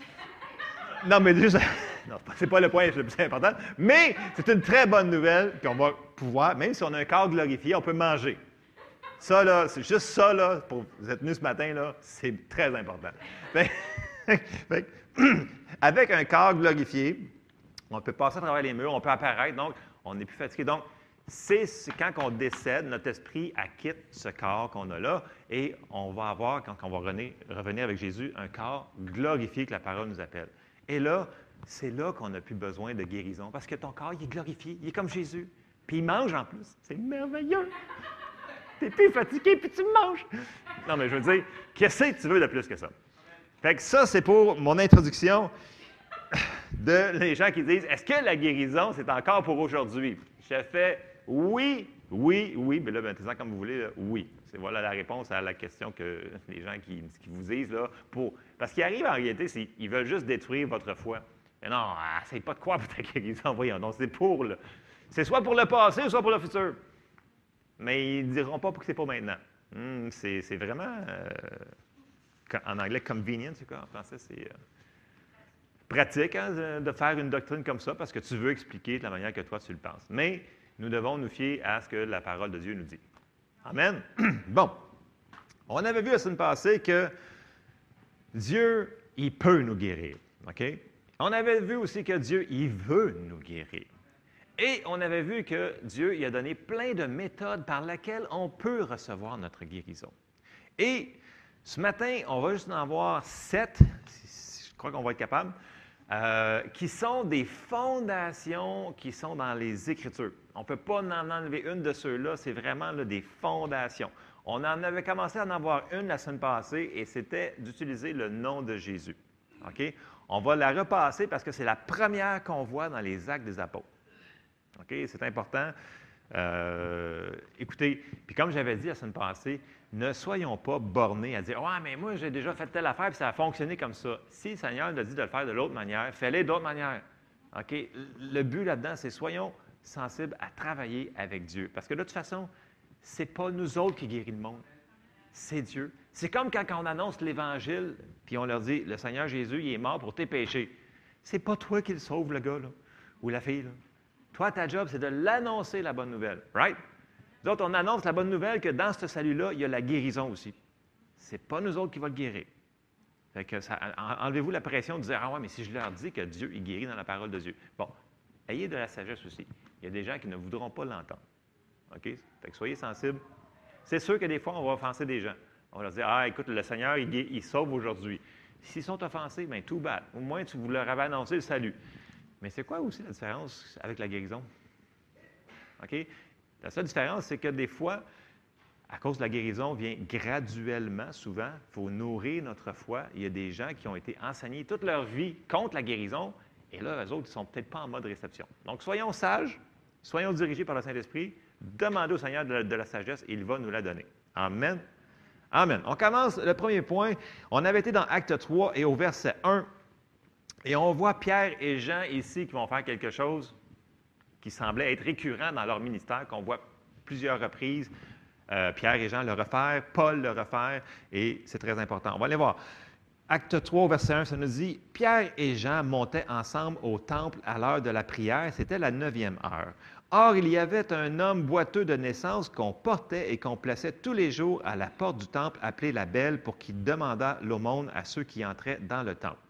Non, mais juste, non, c'est pas le point le plus important, mais c'est une très bonne nouvelle qu'on va pouvoir, même si on a un corps glorifié, on peut manger. Ça, là, c'est juste ça, là, pour vous êtes venus ce matin, là, c'est très important. Fait, fait, avec un corps glorifié, on peut passer à travers les murs, on peut apparaître, donc on n'est plus fatigué. Donc, c'est quand on décède, notre esprit acquitte ce corps qu'on a là, et on va avoir, quand on va revenir, revenir avec Jésus, un corps glorifié que la parole nous appelle. Et là, c'est là qu'on n'a plus besoin de guérison, parce que ton corps, il est glorifié, il est comme Jésus. Puis il mange en plus. C'est merveilleux. Tu n'es plus fatigué, puis tu manges. Non, mais je veux dire, qu'est-ce que tu veux de plus que ça? Fait que ça, c'est pour mon introduction de les gens qui disent, est-ce que la guérison, c'est encore pour aujourd'hui? Je fais oui, oui, oui. Mais là, maintenant, comme vous voulez, là, oui. C'est voilà la réponse à la question que les gens qui, qui vous disent, là, pour... Parce qu'ils arrivent en réalité, c'est, ils veulent juste détruire votre foi. Mais non, c'est pas de quoi pour ta guérison, voyons. Non, c'est pour le... C'est soit pour le passé, soit pour le futur. Mais ils ne diront pas que c'est pas maintenant. Hum, c'est, c'est vraiment... Euh, en anglais, convenient, c'est quoi? En français, c'est... Euh, pratique hein, de faire une doctrine comme ça parce que tu veux expliquer de la manière que toi, tu le penses. Mais nous devons nous fier à ce que la parole de Dieu nous dit. Amen. Bon. On avait vu la semaine passée que Dieu, il peut nous guérir. OK? On avait vu aussi que Dieu, il veut nous guérir. Et on avait vu que Dieu, il a donné plein de méthodes par lesquelles on peut recevoir notre guérison. Et ce matin, on va juste en voir sept, je crois qu'on va être capable, euh, qui sont des fondations qui sont dans les Écritures. On ne peut pas en enlever une de ceux-là, c'est vraiment là, des fondations. On en avait commencé à en avoir une la semaine passée et c'était d'utiliser le nom de Jésus. OK? On va la repasser parce que c'est la première qu'on voit dans les Actes des Apôtres. OK? C'est important. Euh, écoutez, puis comme j'avais dit la semaine passée, ne soyons pas bornés à dire « Ouais, mais moi, j'ai déjà fait telle affaire, puis ça a fonctionné comme ça. » Si le Seigneur nous a dit de le faire de l'autre manière, fais-le d'autre manière. OK? Le but là-dedans, c'est soyons sensibles à travailler avec Dieu. Parce que de toute façon, ce n'est pas nous autres qui guérit le monde. C'est Dieu. C'est comme quand on annonce l'Évangile, puis on leur dit « Le Seigneur Jésus, il est mort pour tes péchés. » C'est pas toi qui le sauve, le gars, là, ou la fille, là. Toi, ta job, c'est de l'annoncer, la bonne nouvelle. Right? Nous autres, on annonce la bonne nouvelle que dans ce salut-là, il y a la guérison aussi. Ce n'est pas nous autres qui va le guérir. Fait que ça, enlevez-vous la pression de dire « Ah ouais, mais si je leur dis que Dieu, il guérit dans la parole de Dieu. » Bon, ayez de la sagesse aussi. Il y a des gens qui ne voudront pas l'entendre. OK? Fait que soyez sensibles. C'est sûr que des fois, on va offenser des gens. On va leur dire « Ah, écoute, le Seigneur, il, il sauve aujourd'hui. » S'ils sont offensés, bien, tout bad. Au moins, tu, vous leur avez annoncé le salut. Mais c'est quoi aussi la différence avec la guérison? OK? La seule différence, c'est que des fois, à cause de la guérison, vient graduellement, souvent. Il faut nourrir notre foi. Il y a des gens qui ont été enseignés toute leur vie contre la guérison, et là, eux autres, ils ne sont peut-être pas en mode réception. Donc, soyons sages, soyons dirigés par le Saint-Esprit, demandez au Seigneur de la, de la sagesse, et il va nous la donner. Amen. Amen. On commence le premier point. On avait été dans Acte trois et au verset un. Et on voit Pierre et Jean ici qui vont faire quelque chose qui semblait être récurrent dans leur ministère, qu'on voit plusieurs reprises. Euh, Pierre et Jean le refaire, Paul le refaire, et c'est très important. On va aller voir. Acte trois, verset un, ça nous dit « Pierre et Jean montaient ensemble au temple à l'heure de la prière. C'était la neuvième heure. Or, il y avait un homme boiteux de naissance qu'on portait et qu'on plaçait tous les jours à la porte du temple appelée la Belle pour qu'il demandât l'aumône à ceux qui entraient dans le temple.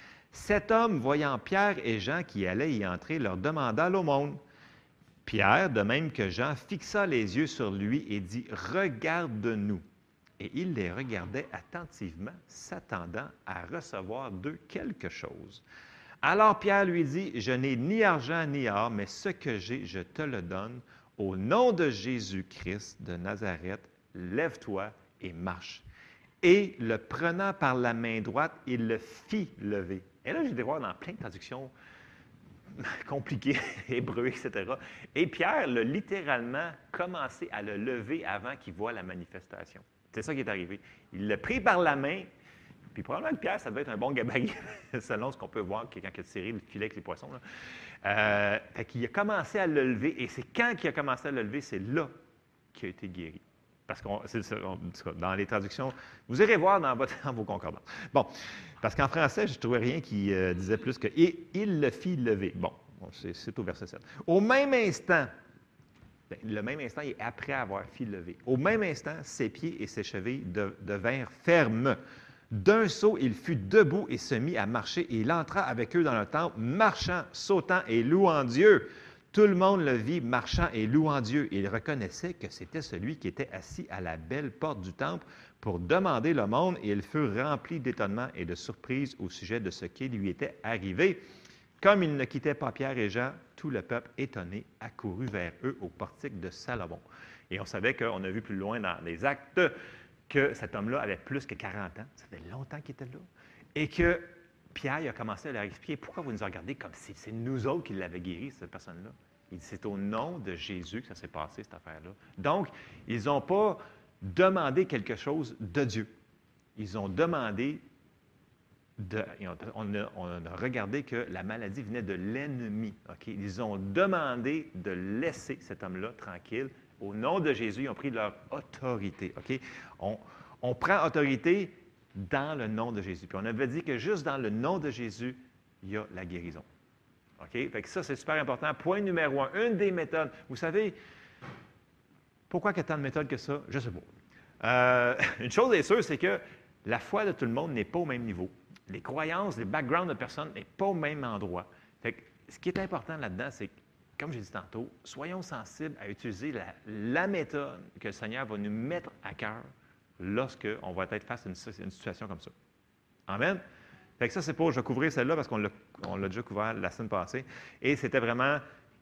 Cet homme, voyant Pierre et Jean qui allaient y entrer, leur demanda l'aumône. Pierre, de même que Jean, fixa les yeux sur lui et dit « Regarde-nous ». Et il les regardait attentivement, s'attendant à recevoir d'eux quelque chose. Alors Pierre lui dit « Je n'ai ni argent ni or, mais ce que j'ai, je te le donne. Au nom de Jésus-Christ de Nazareth, lève-toi et marche. » Et le prenant par la main droite, il le fit lever. Et là, j'ai été voir dans plein de traductions compliquées, hébreu, et cetera. Et Pierre l'a littéralement commencé à le lever avant qu'il voie la manifestation. C'est ça qui est arrivé. Il l'a pris par la main, puis probablement que Pierre, ça devait être un bon gabarit, selon ce qu'on peut voir quand il a tiré le filet avec les poissons. Là. Euh, fait qu'il a commencé à le lever, et c'est quand il a commencé à le lever, c'est là qu'il a été guéri. Parce que dans les traductions, vous irez voir dans, votre, dans vos concordants. Bon, parce qu'en français, je ne trouvais rien qui euh, disait plus que « et il le fit lever ». Bon, c'est au verset sept. Au même instant, bien, le même instant, il est après avoir fit lever. Au même instant, ses pieds et ses chevilles de, devinrent fermes. D'un saut, il fut debout et se mit à marcher, et il entra avec eux dans le temple, marchant, sautant et louant Dieu. Tout le monde le vit marchant et louant Dieu. Il reconnaissait que c'était celui qui était assis à la belle porte du temple pour demander l'aumône, et ils furent remplis d'étonnement et de surprise au sujet de ce qui lui était arrivé. Comme ils ne quittaient pas Pierre et Jean, tout le peuple, étonné, accourut vers eux au portique de Salomon. Et on savait qu'on a vu plus loin dans les Actes que cet homme-là avait plus que quarante ans. Ça fait longtemps qu'il était là. Et que Pierre il a commencé à leur expliquer pourquoi vous nous regardez comme si c'est nous autres qui l'avons guéri, cette personne-là. Il dit c'est au nom de Jésus que ça s'est passé, cette affaire-là. Donc, ils n'ont pas demandé quelque chose de Dieu. Ils ont demandé, de, on, a, on a regardé que la maladie venait de l'ennemi. Okay? Ils ont demandé de laisser cet homme-là tranquille. Au nom de Jésus, ils ont pris leur autorité. Okay? On, on prend autorité dans le nom de Jésus. Puis on avait dit que juste dans le nom de Jésus, il y a la guérison. OK? Fait que ça, c'est super important. Point numéro un, une des méthodes. Vous savez, pourquoi il y a tant de méthodes que ça? Je ne sais pas. Euh, une chose est sûre, c'est que la foi de tout le monde n'est pas au même niveau. Les croyances, les backgrounds de personnes n'est pas au même endroit. Fait que ce qui est important là-dedans, c'est que, comme j'ai dit tantôt, soyons sensibles à utiliser la, la méthode que le Seigneur va nous mettre à cœur lorsqu'on va être face à une, une situation comme ça. Amen? Fait que ça, c'est pas, je vais couvrir celle-là parce qu'on l'a, on l'a déjà couvert la semaine passée. Et c'était vraiment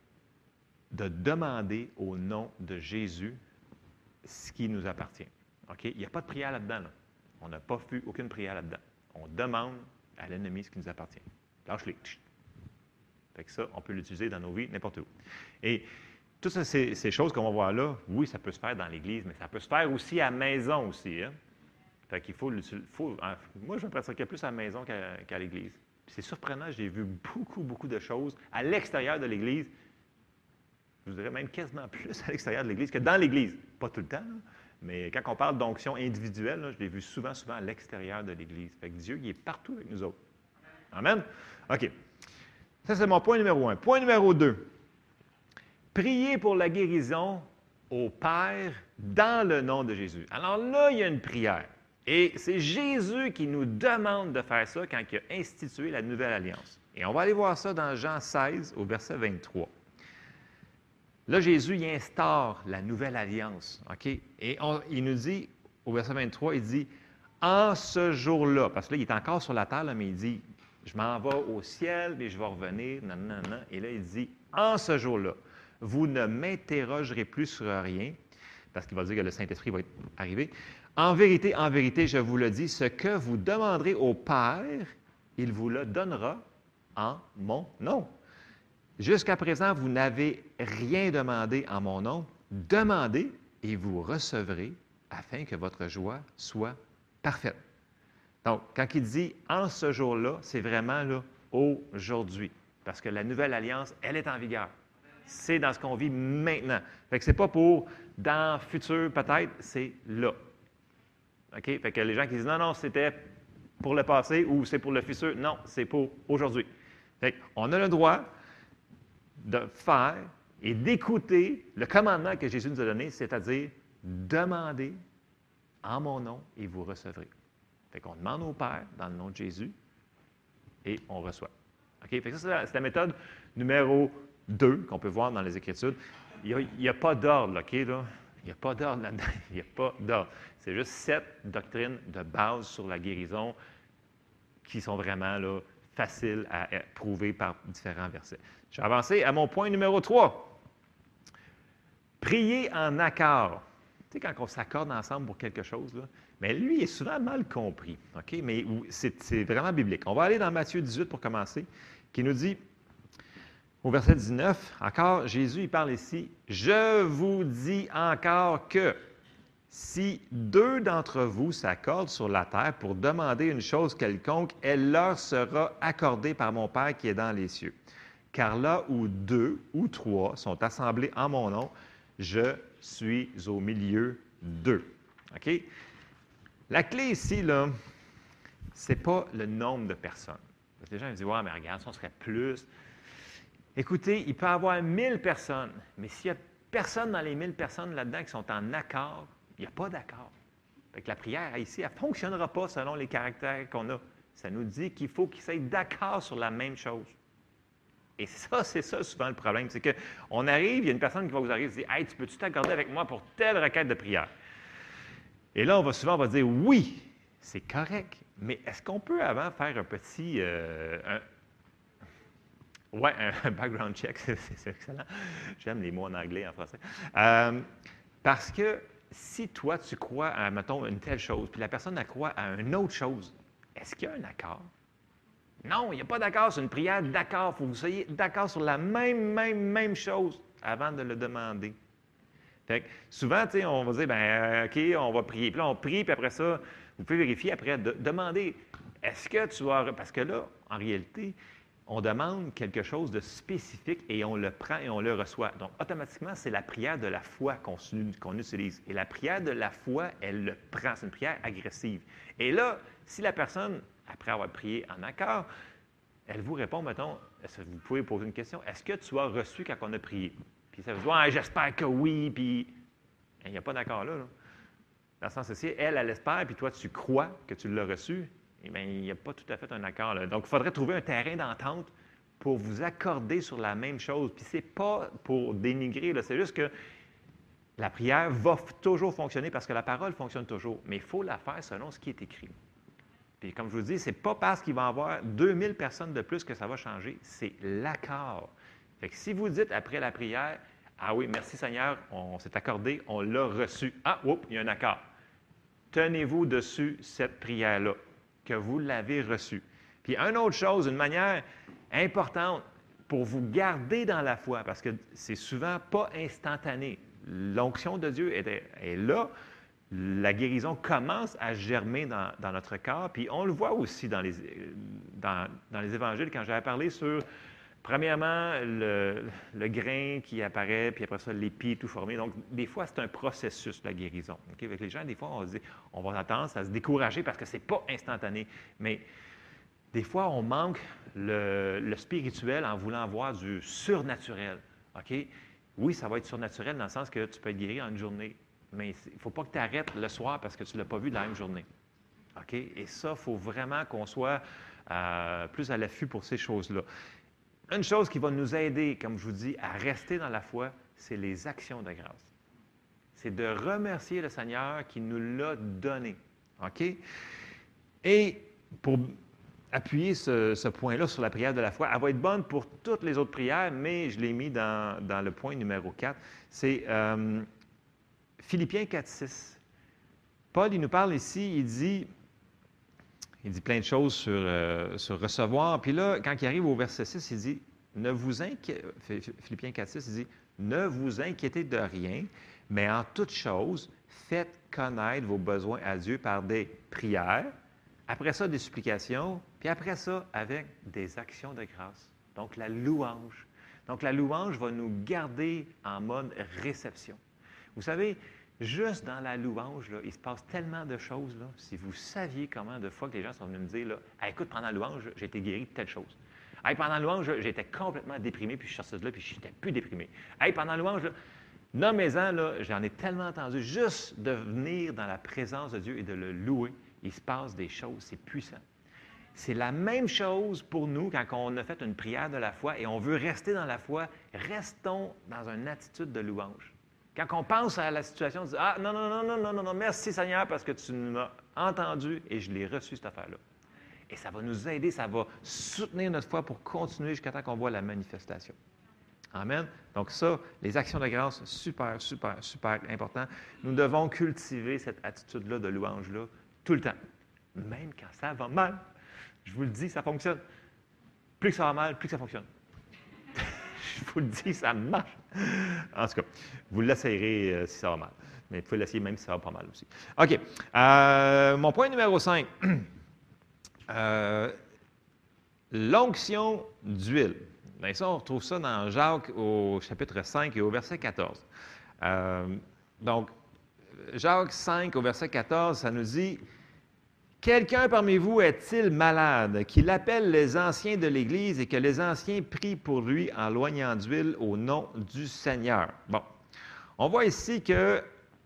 de demander au nom de Jésus ce qui nous appartient. OK? Il n'y a pas de prière là-dedans. Là. On n'a pas fait aucune prière là-dedans. On demande à l'ennemi ce qui nous appartient. Lâche-les. Fait que ça, on peut l'utiliser dans nos vies n'importe où. Et toutes ces, ces choses qu'on va voir là, oui, ça peut se faire dans l'Église, mais ça peut se faire aussi à la maison aussi. Hein? Fait qu'il faut, faut hein, moi, je me pratiquais plus à la maison qu'à, qu'à l'Église. Puis c'est surprenant, j'ai vu beaucoup, beaucoup de choses à l'extérieur de l'Église. Je vous dirais même quasiment plus à l'extérieur de l'Église que dans l'Église. Pas tout le temps, là, mais quand on parle d'onction individuelle, là, je l'ai vu souvent, souvent à l'extérieur de l'Église. Fait que Dieu, il est partout avec nous autres. Amen? OK. Ça, c'est mon point numéro un. Point numéro deux. Priez pour la guérison au Père dans le nom de Jésus. Alors là, il y a une prière. Et c'est Jésus qui nous demande de faire ça quand il a institué la nouvelle alliance. Et on va aller voir ça dans Jean seize, au verset vingt-trois. Là, Jésus il instaure la nouvelle alliance. OK? Et on, il nous dit, au verset vingt-trois, il dit « En ce jour-là », parce que là, il est encore sur la terre, là, mais il dit « Je m'en vais au ciel, mais je vais revenir. » nan, nan, nan. Et là, il dit « En ce jour-là, vous ne m'interrogerez plus sur rien. » Parce qu'il va dire que le Saint-Esprit va arriver. « En vérité, en vérité, je vous le dis, ce que vous demanderez au Père, il vous le donnera en mon nom. Jusqu'à présent, vous n'avez rien demandé en mon nom. Demandez et vous recevrez afin que votre joie soit parfaite. » Donc, quand il dit « en ce jour-là », c'est vraiment là, aujourd'hui. Parce que la nouvelle alliance, elle est en vigueur. C'est dans ce qu'on vit maintenant. Fait que c'est pas pour dans le futur peut-être, c'est là. OK? Fait que les gens qui disent « non, non, c'était pour le passé » ou « c'est pour le futur », non, c'est pour aujourd'hui. Fait qu'on a le droit de faire et d'écouter le commandement que Jésus nous a donné, c'est-à-dire « demandez en mon nom et vous recevrez ». Fait qu'on demande au Père dans le nom de Jésus et on reçoit. OK? Fait que ça, c'est la, c'est la méthode numéro deux qu'on peut voir dans les Écritures. Il n'y a, a pas d'ordre, OK? Là? Il n'y a pas d'ordre là-dedans. Il n'y a pas d'ordre. C'est juste sept doctrines de base sur la guérison qui sont vraiment là, faciles à prouver par différents versets. Je vais avancer à mon point numéro trois. Prier en accord. Tu sais, quand on s'accorde ensemble pour quelque chose, là, mais lui, il est souvent mal compris. OK? Mais c'est, c'est vraiment biblique. On va aller dans Matthieu dix-huit pour commencer, qui nous dit, au verset dix-neuf, encore, Jésus, il parle ici, « Je vous dis encore que si deux d'entre vous s'accordent sur la terre pour demander une chose quelconque, elle leur sera accordée par mon Père qui est dans les cieux. Car là où deux ou trois sont assemblés en mon nom, je suis au milieu d'eux. » OK? La clé ici, là, ce n'est pas le nombre de personnes. Parce que les gens ils disent « Ouais, mais regarde, si on serait plus. » Écoutez, il peut y avoir mille personnes, mais s'il n'y a personne dans les mille personnes là-dedans qui sont en accord, il n'y a pas d'accord. Fait que la prière ici, elle ne fonctionnera pas selon les caractères qu'on a. Ça nous dit qu'il faut qu'ils soient d'accord sur la même chose. Et ça, c'est ça souvent le problème. C'est qu'on arrive, il y a une personne qui va vous arriver et dire « Hey, tu peux-tu t'accorder avec moi pour telle requête de prière? » Et là, on va souvent on va dire « Oui, c'est correct, mais est-ce qu'on peut avant faire un petit... Euh, un, Oui, un background check, c'est, c'est excellent. J'aime les mots en anglais, en français. Euh, parce que si toi, tu crois à, mettons, une telle chose, puis la personne elle croit à une autre chose, est-ce qu'il y a un accord? Non, il n'y a pas d'accord. C'est une prière d'accord. Il faut que vous soyez d'accord sur la même, même, même chose avant de le demander. Fait que souvent, tu sais, on va dire, bien, OK, on va prier. Puis là, on prie, puis après ça, vous pouvez vérifier après, de, demander, est-ce que tu vas... Parce que là, en réalité, on demande quelque chose de spécifique et on le prend et on le reçoit. Donc, automatiquement, c'est la prière de la foi qu'on, qu'on utilise. Et la prière de la foi, elle le prend. C'est une prière agressive. Et là, si la personne, après avoir prié en accord, elle vous répond, mettons, vous pouvez poser une question, est-ce que tu as reçu quand on a prié? Puis ça vous dit, ah, j'espère que oui, puis il n'y a pas d'accord là, là. Dans le sens aussi, elle, elle espère, puis toi, tu crois que tu l'as reçu. Eh bien, il n'y a pas tout à fait un accord là. Donc, il faudrait trouver un terrain d'entente pour vous accorder sur la même chose. Puis, ce n'est pas pour dénigrer, là, c'est juste que la prière va f- toujours fonctionner parce que la parole fonctionne toujours. Mais il faut la faire selon ce qui est écrit. Puis, comme je vous dis, ce n'est pas parce qu'il va y avoir deux mille personnes de plus que ça va changer. C'est l'accord. Fait que si vous dites après la prière, « Ah oui, merci Seigneur, on s'est accordé, on l'a reçu. » Ah, oups, il y a un accord. Tenez-vous dessus cette prière-là, que vous l'avez reçue. Puis, une autre chose, une manière importante pour vous garder dans la foi, parce que c'est souvent pas instantané. L'onction de Dieu est, est là. La guérison commence à germer dans, dans notre corps. Puis on le voit aussi dans les, dans, dans les évangiles, quand j'avais parlé sur, premièrement, le, le grain qui apparaît, puis après ça, l'épi tout formé. Donc, des fois, c'est un processus, la guérison. Okay? Avec les gens, des fois, on, dit, on va avoir tendance à se décourager parce que ce n'est pas instantané. Mais des fois, on manque le, le spirituel en voulant voir du surnaturel. Okay? Oui, ça va être surnaturel dans le sens que tu peux être guéri en une journée. Mais il ne faut pas que tu arrêtes le soir parce que tu ne l'as pas vu dans la même journée. OK? Et ça, il faut vraiment qu'on soit euh, plus à l'affût pour ces choses-là. Une chose qui va nous aider, comme je vous dis, à rester dans la foi, c'est les actions de grâce. C'est de remercier le Seigneur qui nous l'a donné. OK? Et pour appuyer ce, ce point-là sur la prière de la foi, elle va être bonne pour toutes les autres prières, mais je l'ai mis dans, dans le point numéro quatre. C'est... Euh, Philippiens quatre, six. Paul, il nous parle ici, il dit, il dit plein de choses sur, euh, sur recevoir. Puis là, quand il arrive au verset six, il dit, ne vous inquiétez, Philippiens quatre, six, il dit, ne vous inquiétez de rien, mais en toute chose, faites connaître vos besoins à Dieu par des prières, après ça, des supplications, puis après ça, avec des actions de grâce. Donc, la louange. Donc, la louange va nous garder en mode réception. Vous savez, juste dans la louange, là, il se passe tellement de choses. Là, si vous saviez comment de fois que les gens sont venus me dire, là, hey, écoute, pendant la louange, j'ai été guéri de telle chose. Hey, pendant la louange, j'étais complètement déprimé, puis je suis sorti de là, puis je n'étais plus déprimé. Hey, pendant la louange, nommez-en, là, j'en ai tellement entendu. Juste de venir dans la présence de Dieu et de le louer, il se passe des choses, c'est puissant. C'est la même chose pour nous quand on a fait une prière de la foi et on veut rester dans la foi, restons dans une attitude de louange. Quand on pense à la situation, on dit « Ah, non, non, non, non, non, non, non, merci Seigneur parce que tu m'as entendu et je l'ai reçu, cette affaire-là. » Et ça va nous aider, ça va soutenir notre foi pour continuer jusqu'à temps qu'on voit la manifestation. Amen. Donc ça, les actions de grâce, super, super, super important. Nous devons cultiver cette attitude-là de louange-là tout le temps. Même quand ça va mal. Je vous le dis, ça fonctionne. Plus que ça va mal, plus que ça fonctionne. Je vous le dis, ça marche. En tout cas, vous l'essayerez euh, si ça va mal. Mais vous pouvez l'essayer même si ça va pas mal aussi. OK. Euh, mon point numéro cinq. euh, L'onction d'huile. Bien, ça, on retrouve ça dans Jacques au chapitre cinq et au verset quatorze. Euh, donc, Jacques cinq au verset quatorze, ça nous dit « Quelqu'un parmi vous est-il malade, qu'il appelle les anciens de l'Église et que les anciens prient pour lui en loignant d'huile au nom du Seigneur. » Bon, on voit ici que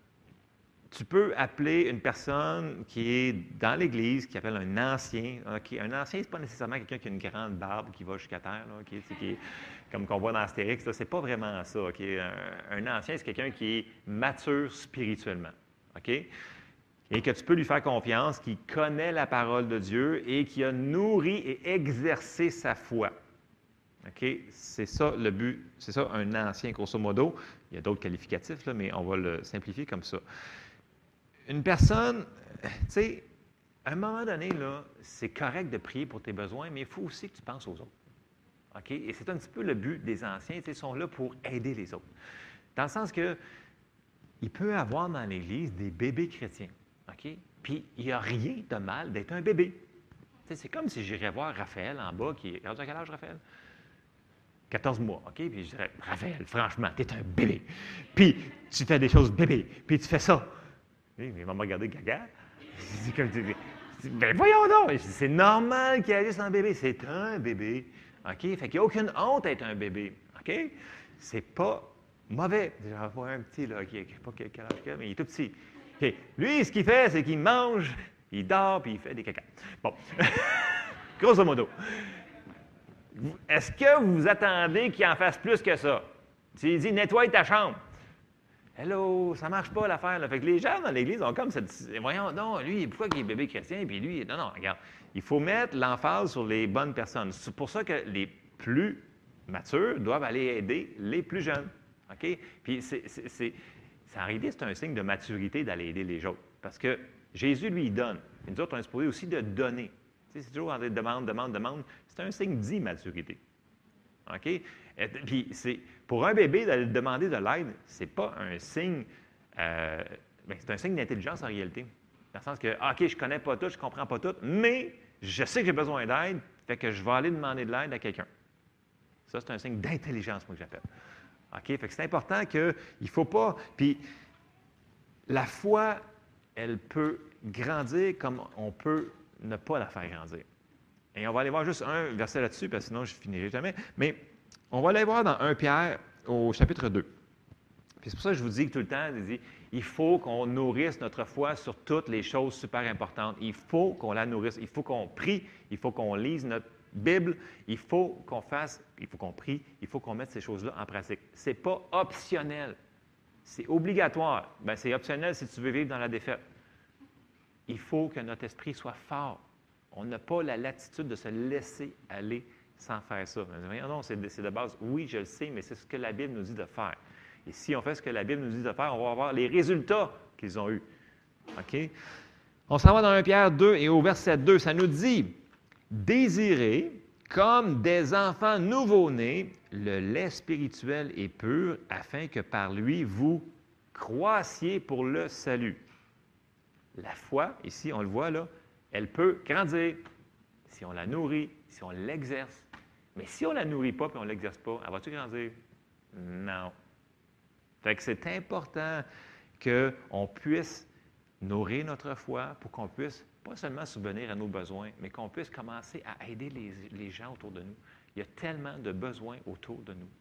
tu peux appeler une personne qui est dans l'Église, qui appelle un ancien. Okay? Un ancien, ce n'est pas nécessairement quelqu'un qui a une grande barbe qui va jusqu'à terre, là, okay? Qui est, comme qu'on voit dans Astérix, ce n'est pas vraiment ça. Okay? Un, un ancien, c'est quelqu'un qui est mature spirituellement. Okay? Et que tu peux lui faire confiance, qui connaît la parole de Dieu et qui a nourri et exercé sa foi. Okay? C'est ça le but, c'est ça un ancien, grosso modo. Il y a d'autres qualificatifs, là, mais on va le simplifier comme ça. Une personne, tu sais, à un moment donné, là, c'est correct de prier pour tes besoins, mais il faut aussi que tu penses aux autres. Okay? Et c'est un petit peu le but des anciens, ils sont là pour aider les autres. Dans le sens que il peut y avoir dans l'Église des bébés chrétiens. Okay? Puis il n'y a rien de mal d'être un bébé. Tu sais, c'est comme si j'irais voir Raphaël en bas, qui est. Regarde à quel âge, Raphaël? quatorze mois, OK? Puis je dirais, Raphaël, franchement, tu es un bébé. Puis tu fais des choses bébé. Puis tu fais ça. Oui, mais il va me regarder gaga. C'est comme tu dis, ben voyons donc! C'est normal qu'il agisse en bébé. C'est un bébé. OK? Fait qu'il n'y a aucune honte d'être un bébé. OK? C'est pas mauvais. J'en vois un petit, là, qui n'a pas quel âge qu'il a, mais il est tout petit. OK. Lui, ce qu'il fait, c'est qu'il mange, il dort, puis il fait des caca. Bon. Grosso modo. Est-ce que vous vous attendez qu'il en fasse plus que ça? S'il dit « nettoie ta chambre », hello, ça ne marche pas l'affaire. Là. Fait que les gens dans l'Église ont comme cette... Voyons, non, lui, pourquoi il est bébé chrétien? Puis lui, non, non, regarde. Il faut mettre l'emphase sur les bonnes personnes. C'est pour ça que les plus matures doivent aller aider les plus jeunes. OK? Puis c'est, c'est, c'est, en réalité, c'est un signe de maturité d'aller aider les autres. Parce que Jésus, lui, il donne. Et nous autres, on est supposé aussi de donner. Tu sais, c'est toujours en demande, demande, demande. C'est un signe d'immaturité. OK? Et, puis, c'est, pour un bébé, de demander de l'aide, ce n'est pas un signe, euh, bien, c'est un signe d'intelligence en réalité. Dans le sens que, OK, je ne connais pas tout, je ne comprends pas tout, mais je sais que j'ai besoin d'aide, fait que je vais aller demander de l'aide à quelqu'un. Ça, c'est un signe d'intelligence, moi, que j'appelle. OK? Fait que c'est important qu'il ne faut pas... Puis, la foi, elle peut grandir comme on peut ne pas la faire grandir. Et on va aller voir juste un verset là-dessus, parce que sinon je ne finirai jamais. Mais on va aller voir dans Première Pierre au chapitre deux. Puis c'est pour ça que je vous dis que tout le temps, je dis, il faut qu'on nourrisse notre foi sur toutes les choses super importantes. Il faut qu'on la nourrisse. Il faut qu'on prie. Il faut qu'on lise notre Bible. Il faut qu'on fasse, il faut qu'on prie. Il faut qu'on mette ces choses-là en pratique. Ce n'est pas optionnel. C'est obligatoire. Bien, c'est optionnel si tu veux vivre dans la défaite. Il faut que notre esprit soit fort. On n'a pas la latitude de se laisser aller sans faire ça. Non, c'est de, c'est de base. Oui, je le sais, mais c'est ce que la Bible nous dit de faire. Et si on fait ce que la Bible nous dit de faire, on va avoir les résultats qu'ils ont eus. OK? On s'en va dans Première Pierre deux et au verset deux, ça nous dit « Désirez, comme des enfants nouveau-nés, le lait spirituel et pur, afin que par lui, vous croissiez pour le salut. » La foi, ici, on le voit là, elle peut grandir si on la nourrit, si on l'exerce. Mais si on ne la nourrit pas et on ne l'exerce pas, elle va-tu grandir? Non. Fait que c'est important qu'on puisse nourrir notre foi pour qu'on puisse pas seulement subvenir à nos besoins, mais qu'on puisse commencer à aider les, les gens autour de nous. Il y a tellement de besoins autour de nous.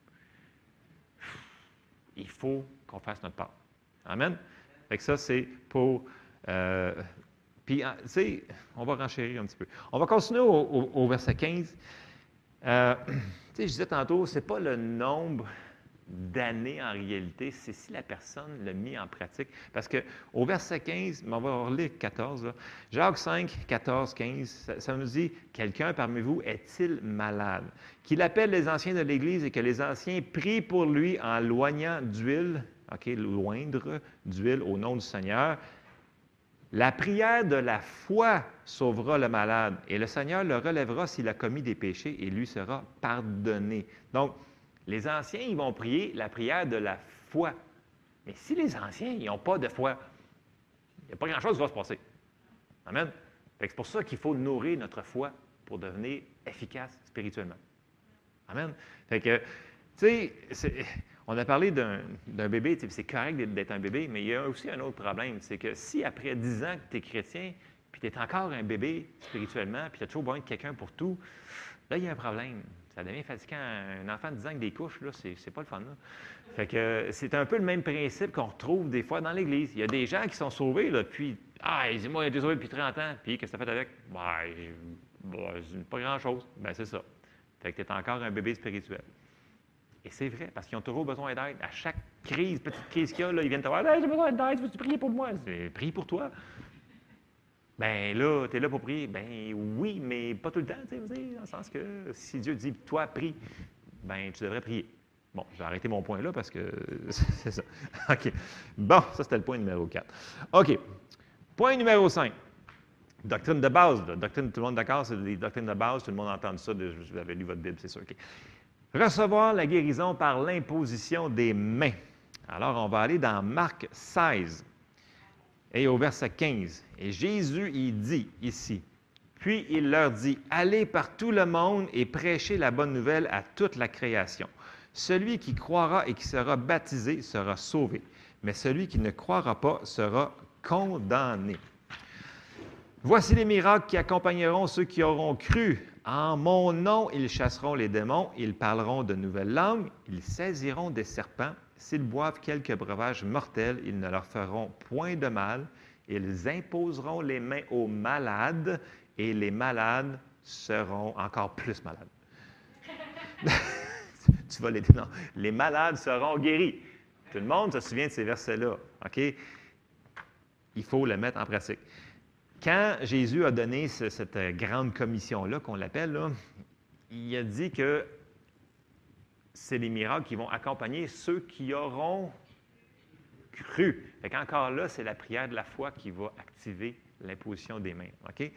Il faut qu'on fasse notre part. Amen? Fait que ça, c'est pour... Euh, puis, tu sais, on va renchérir un petit peu. On va continuer au, au, au verset quinze. Euh, tu sais, je disais tantôt, ce n'est pas le nombre d'années en réalité, c'est si la personne l'a mis en pratique. Parce qu'au verset quinze, on va relire quatorze, là. Jacques cinq, quatorze, quinze, ça, ça nous dit « Quelqu'un parmi vous est-il malade? Qu'il appelle les anciens de l'Église et que les anciens prient pour lui en loignant d'huile, OK, loindre d'huile au nom du Seigneur. La prière de la foi sauvera le malade, et le Seigneur le relèvera s'il a commis des péchés, et lui sera pardonné. » Donc, les anciens, ils vont prier la prière de la foi. Mais si les anciens, ils n'ont pas de foi, il n'y a pas grand-chose qui va se passer. Amen? C'est pour ça qu'il faut nourrir notre foi pour devenir efficace spirituellement. Amen? Fait que, tu sais, on a parlé d'un, d'un bébé, c'est correct d'être un bébé, mais il y a aussi un autre problème, c'est que si après dix ans que tu es chrétien, puis tu es encore un bébé spirituellement, puis tu as toujours besoin de quelqu'un pour tout, là, il y a un problème. Ça devient fatigant. Un enfant de dix ans avec des couches, là, c'est, c'est pas le fun. Là. Fait que c'est un peu le même principe qu'on retrouve des fois dans l'Église. Il y a des gens qui sont sauvés là, depuis, ah, dis-moi, il a été sauvé depuis trente ans, puis qu'est-ce que tu as fait avec? Ben, ben pas grand-chose. Ben, c'est ça. Fait que tu es encore un bébé spirituel. Et c'est vrai, parce qu'ils ont toujours besoin d'aide. À chaque crise, petite crise qu'il y a, là, ils viennent te voir, hey, j'ai besoin d'aide, veux-tu prier pour moi? C'est, prie pour toi. Ben là, tu es là pour prier. Ben oui, mais pas tout le temps, tu sais, dans le sens que si Dieu dit, toi, prie, ben tu devrais prier. Bon, je vais arrêter mon point là parce que c'est ça. OK. Bon, ça, c'était le point numéro quatre. OK. Point numéro cinq. Doctrine de base. Là. Doctrine, tout le monde d'accord, c'est des doctrines de base, tout le monde entend ça, vous avez lu votre Bible, c'est sûr. OK. Recevoir la guérison par l'imposition des mains. Alors, on va aller dans Marc seize. Et au verset quinze, et Jésus, il dit ici, puis il leur dit, « Allez par tout le monde et prêchez la bonne nouvelle à toute la création. Celui qui croira et qui sera baptisé sera sauvé, mais celui qui ne croira pas sera condamné. Voici les miracles qui accompagneront ceux qui auront cru. En mon nom, ils chasseront les démons, ils parleront de nouvelles langues, ils saisiront des serpents. S'ils boivent quelques breuvages mortels, ils ne leur feront point de mal. Ils imposeront les mains aux malades et les malades seront encore plus malades. Tu vas l'aider, non. Les malades seront guéris. Tout le monde se souvient de ces versets-là. OK? Il faut le mettre en pratique. Quand Jésus a donné ce, cette grande commission-là, qu'on l'appelle, là, il a dit que c'est les miracles qui vont accompagner ceux qui auront cru. Fait qu'encore là, c'est la prière de la foi qui va activer l'imposition des mains. OK?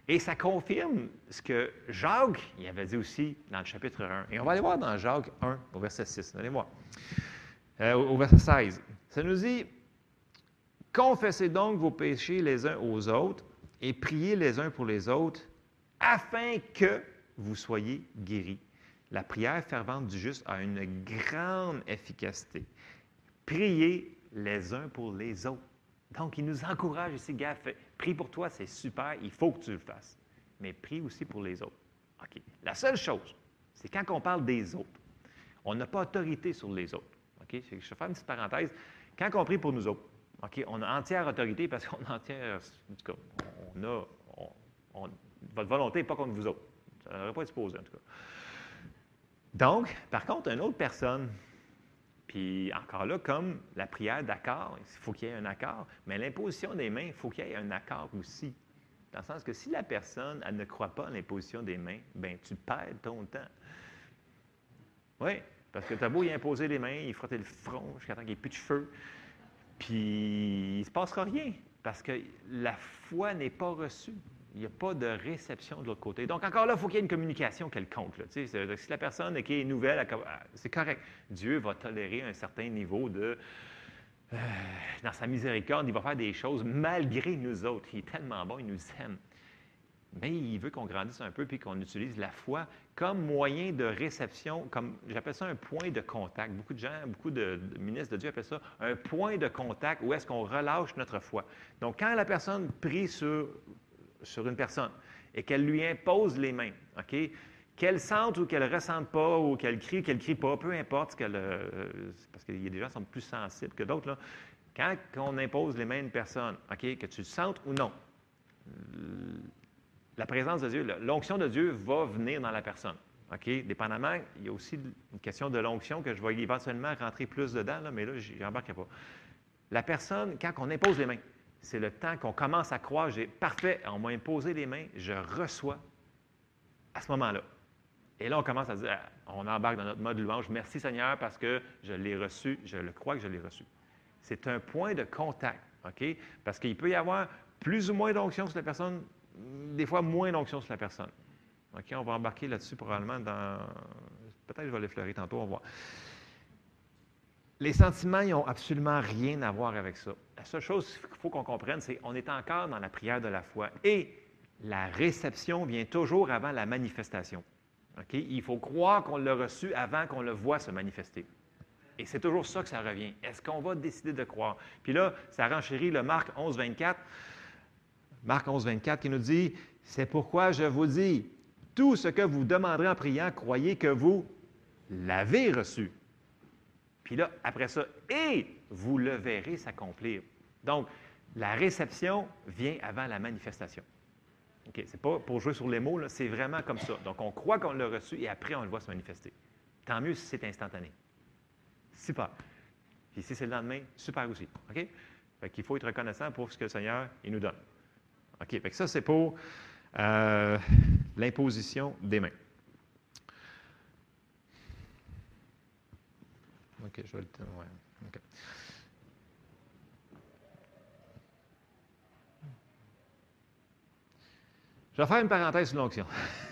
Et ça confirme ce que Jacques il avait dit aussi dans le chapitre un. Et on va aller voir dans Jacques un, au verset six. Allez voir. Euh, au verset seize. Ça nous dit, « Confessez donc vos péchés les uns aux autres et priez les uns pour les autres, afin que vous soyez guéris. La prière fervente du juste a une grande efficacité. Priez les uns pour les autres. » Donc, il nous encourage ici, gars, fais, prie pour toi, c'est super, il faut que tu le fasses. Mais prie aussi pour les autres. OK. La seule chose, c'est quand on parle des autres, on n'a pas autorité sur les autres. OK? Je vais faire une petite parenthèse. Quand on prie pour nous autres, OK, on a entière autorité parce qu'on a entière, en tout cas, on a, on, on, votre volonté n'est pas contre vous autres. Ça n'aurait pas été supposé, en tout cas. Donc, par contre, une autre personne, puis encore là, comme la prière d'accord, il faut qu'il y ait un accord, mais l'imposition des mains, il faut qu'il y ait un accord aussi. Dans le sens que si la personne, elle ne croit pas à l'imposition des mains, bien, tu perds ton temps. Oui, parce que tu as beau y imposer les mains, y frotter le front jusqu'à temps qu'il n'y ait plus de cheveux, puis il ne se passera rien, parce que la foi n'est pas reçue. Il n'y a pas de réception de l'autre côté. Donc, encore là, il faut qu'il y ait une communication quelconque. Là. Si la personne qui est nouvelle, c'est correct. Dieu va tolérer un certain niveau de... Euh, dans sa miséricorde, il va faire des choses malgré nous autres. Il est tellement bon, il nous aime. Mais il veut qu'on grandisse un peu puis qu'on utilise la foi comme moyen de réception, comme j'appelle ça un point de contact. Beaucoup de gens, beaucoup de, de ministres de Dieu appellent ça un point de contact où est-ce qu'on relâche notre foi. Donc, quand la personne prie sur... sur une personne et qu'elle lui impose les mains, OK? Qu'elle sente ou qu'elle ne ressente pas ou qu'elle crie ou qu'elle ne crie pas, peu importe ce qu'elle... Euh, parce qu'il y a des gens qui sont plus sensibles que d'autres, là. Quand on impose les mains à une personne, OK, que tu le sentes ou non, la présence de Dieu, l'onction de Dieu va venir dans la personne. OK? Dépendamment, il y a aussi une question de l'onction que je vais éventuellement rentrer plus dedans, là, mais là, je n'embarquerai pas. La personne, quand on impose les mains, c'est le temps qu'on commence à croire, j'ai parfait, on m'a imposé les mains, je reçois à ce moment-là. Et là, on commence à dire, on embarque dans notre mode louange, merci Seigneur parce que je l'ai reçu, je le crois que je l'ai reçu. C'est un point de contact, OK? Parce qu'il peut y avoir plus ou moins d'onction sur la personne, des fois moins d'onction sur la personne. OK? On va embarquer là-dessus probablement dans... Peut-être que je vais l'effleurer tantôt, on va voir. Les sentiments, ils n'ont absolument rien à voir avec ça. La seule chose qu'il faut qu'on comprenne, c'est qu'on est encore dans la prière de la foi. Et la réception vient toujours avant la manifestation. Okay? Il faut croire qu'on l'a reçu avant qu'on le voit se manifester. Et c'est toujours ça que ça revient. Est-ce qu'on va décider de croire? Puis là, ça renchérit le Marc onze, vingt-quatre. Marc onze, vingt-quatre qui nous dit, « C'est pourquoi je vous dis, tout ce que vous demanderez en priant, croyez que vous l'avez reçu. » Puis là, après ça, « Et vous le verrez s'accomplir. » Donc, la réception vient avant la manifestation. OK, c'est pas pour jouer sur les mots, là, c'est vraiment comme ça. Donc, on croit qu'on l'a reçu et après, on le voit se manifester. Tant mieux si c'est instantané. Super. Puis si c'est le lendemain, super aussi. OK? Fait qu'il faut être reconnaissant pour ce que le Seigneur il nous donne. OK, fait que ça, c'est pour euh, l'imposition des mains. OK, je vais le... Ouais, OK. Je vais faire une parenthèse sur l'onction.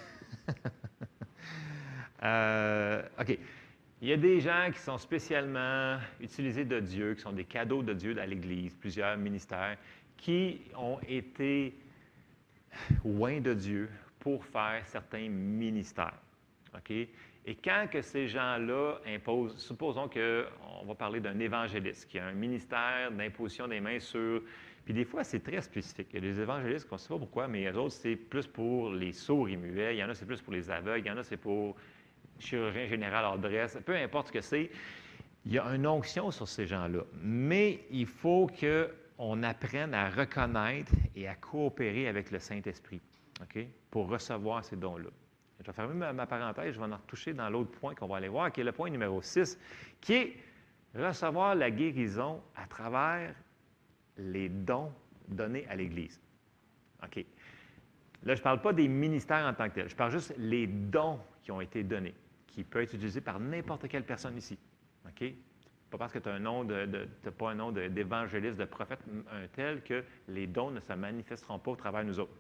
euh, OK. Il y a des gens qui sont spécialement utilisés de Dieu, qui sont des cadeaux de Dieu dans l'Église, plusieurs ministères, qui ont été loin de Dieu pour faire certains ministères. OK? Et quand que ces gens-là imposent, supposons qu'on va parler d'un évangéliste qui a un ministère d'imposition des mains sur... Puis des fois, c'est très spécifique. Il y a des évangélistes qu'on ne sait pas pourquoi, mais les autres, c'est plus pour les sourds et muets. Il y en a, c'est plus pour les aveugles. Il y en a, c'est pour chirurgien général hors dresse. Peu importe ce que c'est, il y a une onction sur ces gens-là. Mais il faut qu'on apprenne à reconnaître et à coopérer avec le Saint-Esprit, OK, pour recevoir ces dons-là. Je vais fermer ma, ma parenthèse, je vais en retoucher dans l'autre point qu'on va aller voir, qui est le point numéro six, qui est recevoir la guérison à travers les dons donnés à l'Église. OK. Là, je ne parle pas des ministères en tant que tels. Je parle juste des dons qui ont été donnés, qui peuvent être utilisés par n'importe quelle personne ici. OK? Pas parce que tu as un nom de, de tu n'as pas un nom de, d'évangéliste, de prophète, un tel que les dons ne se manifesteront pas au travers de nous autres.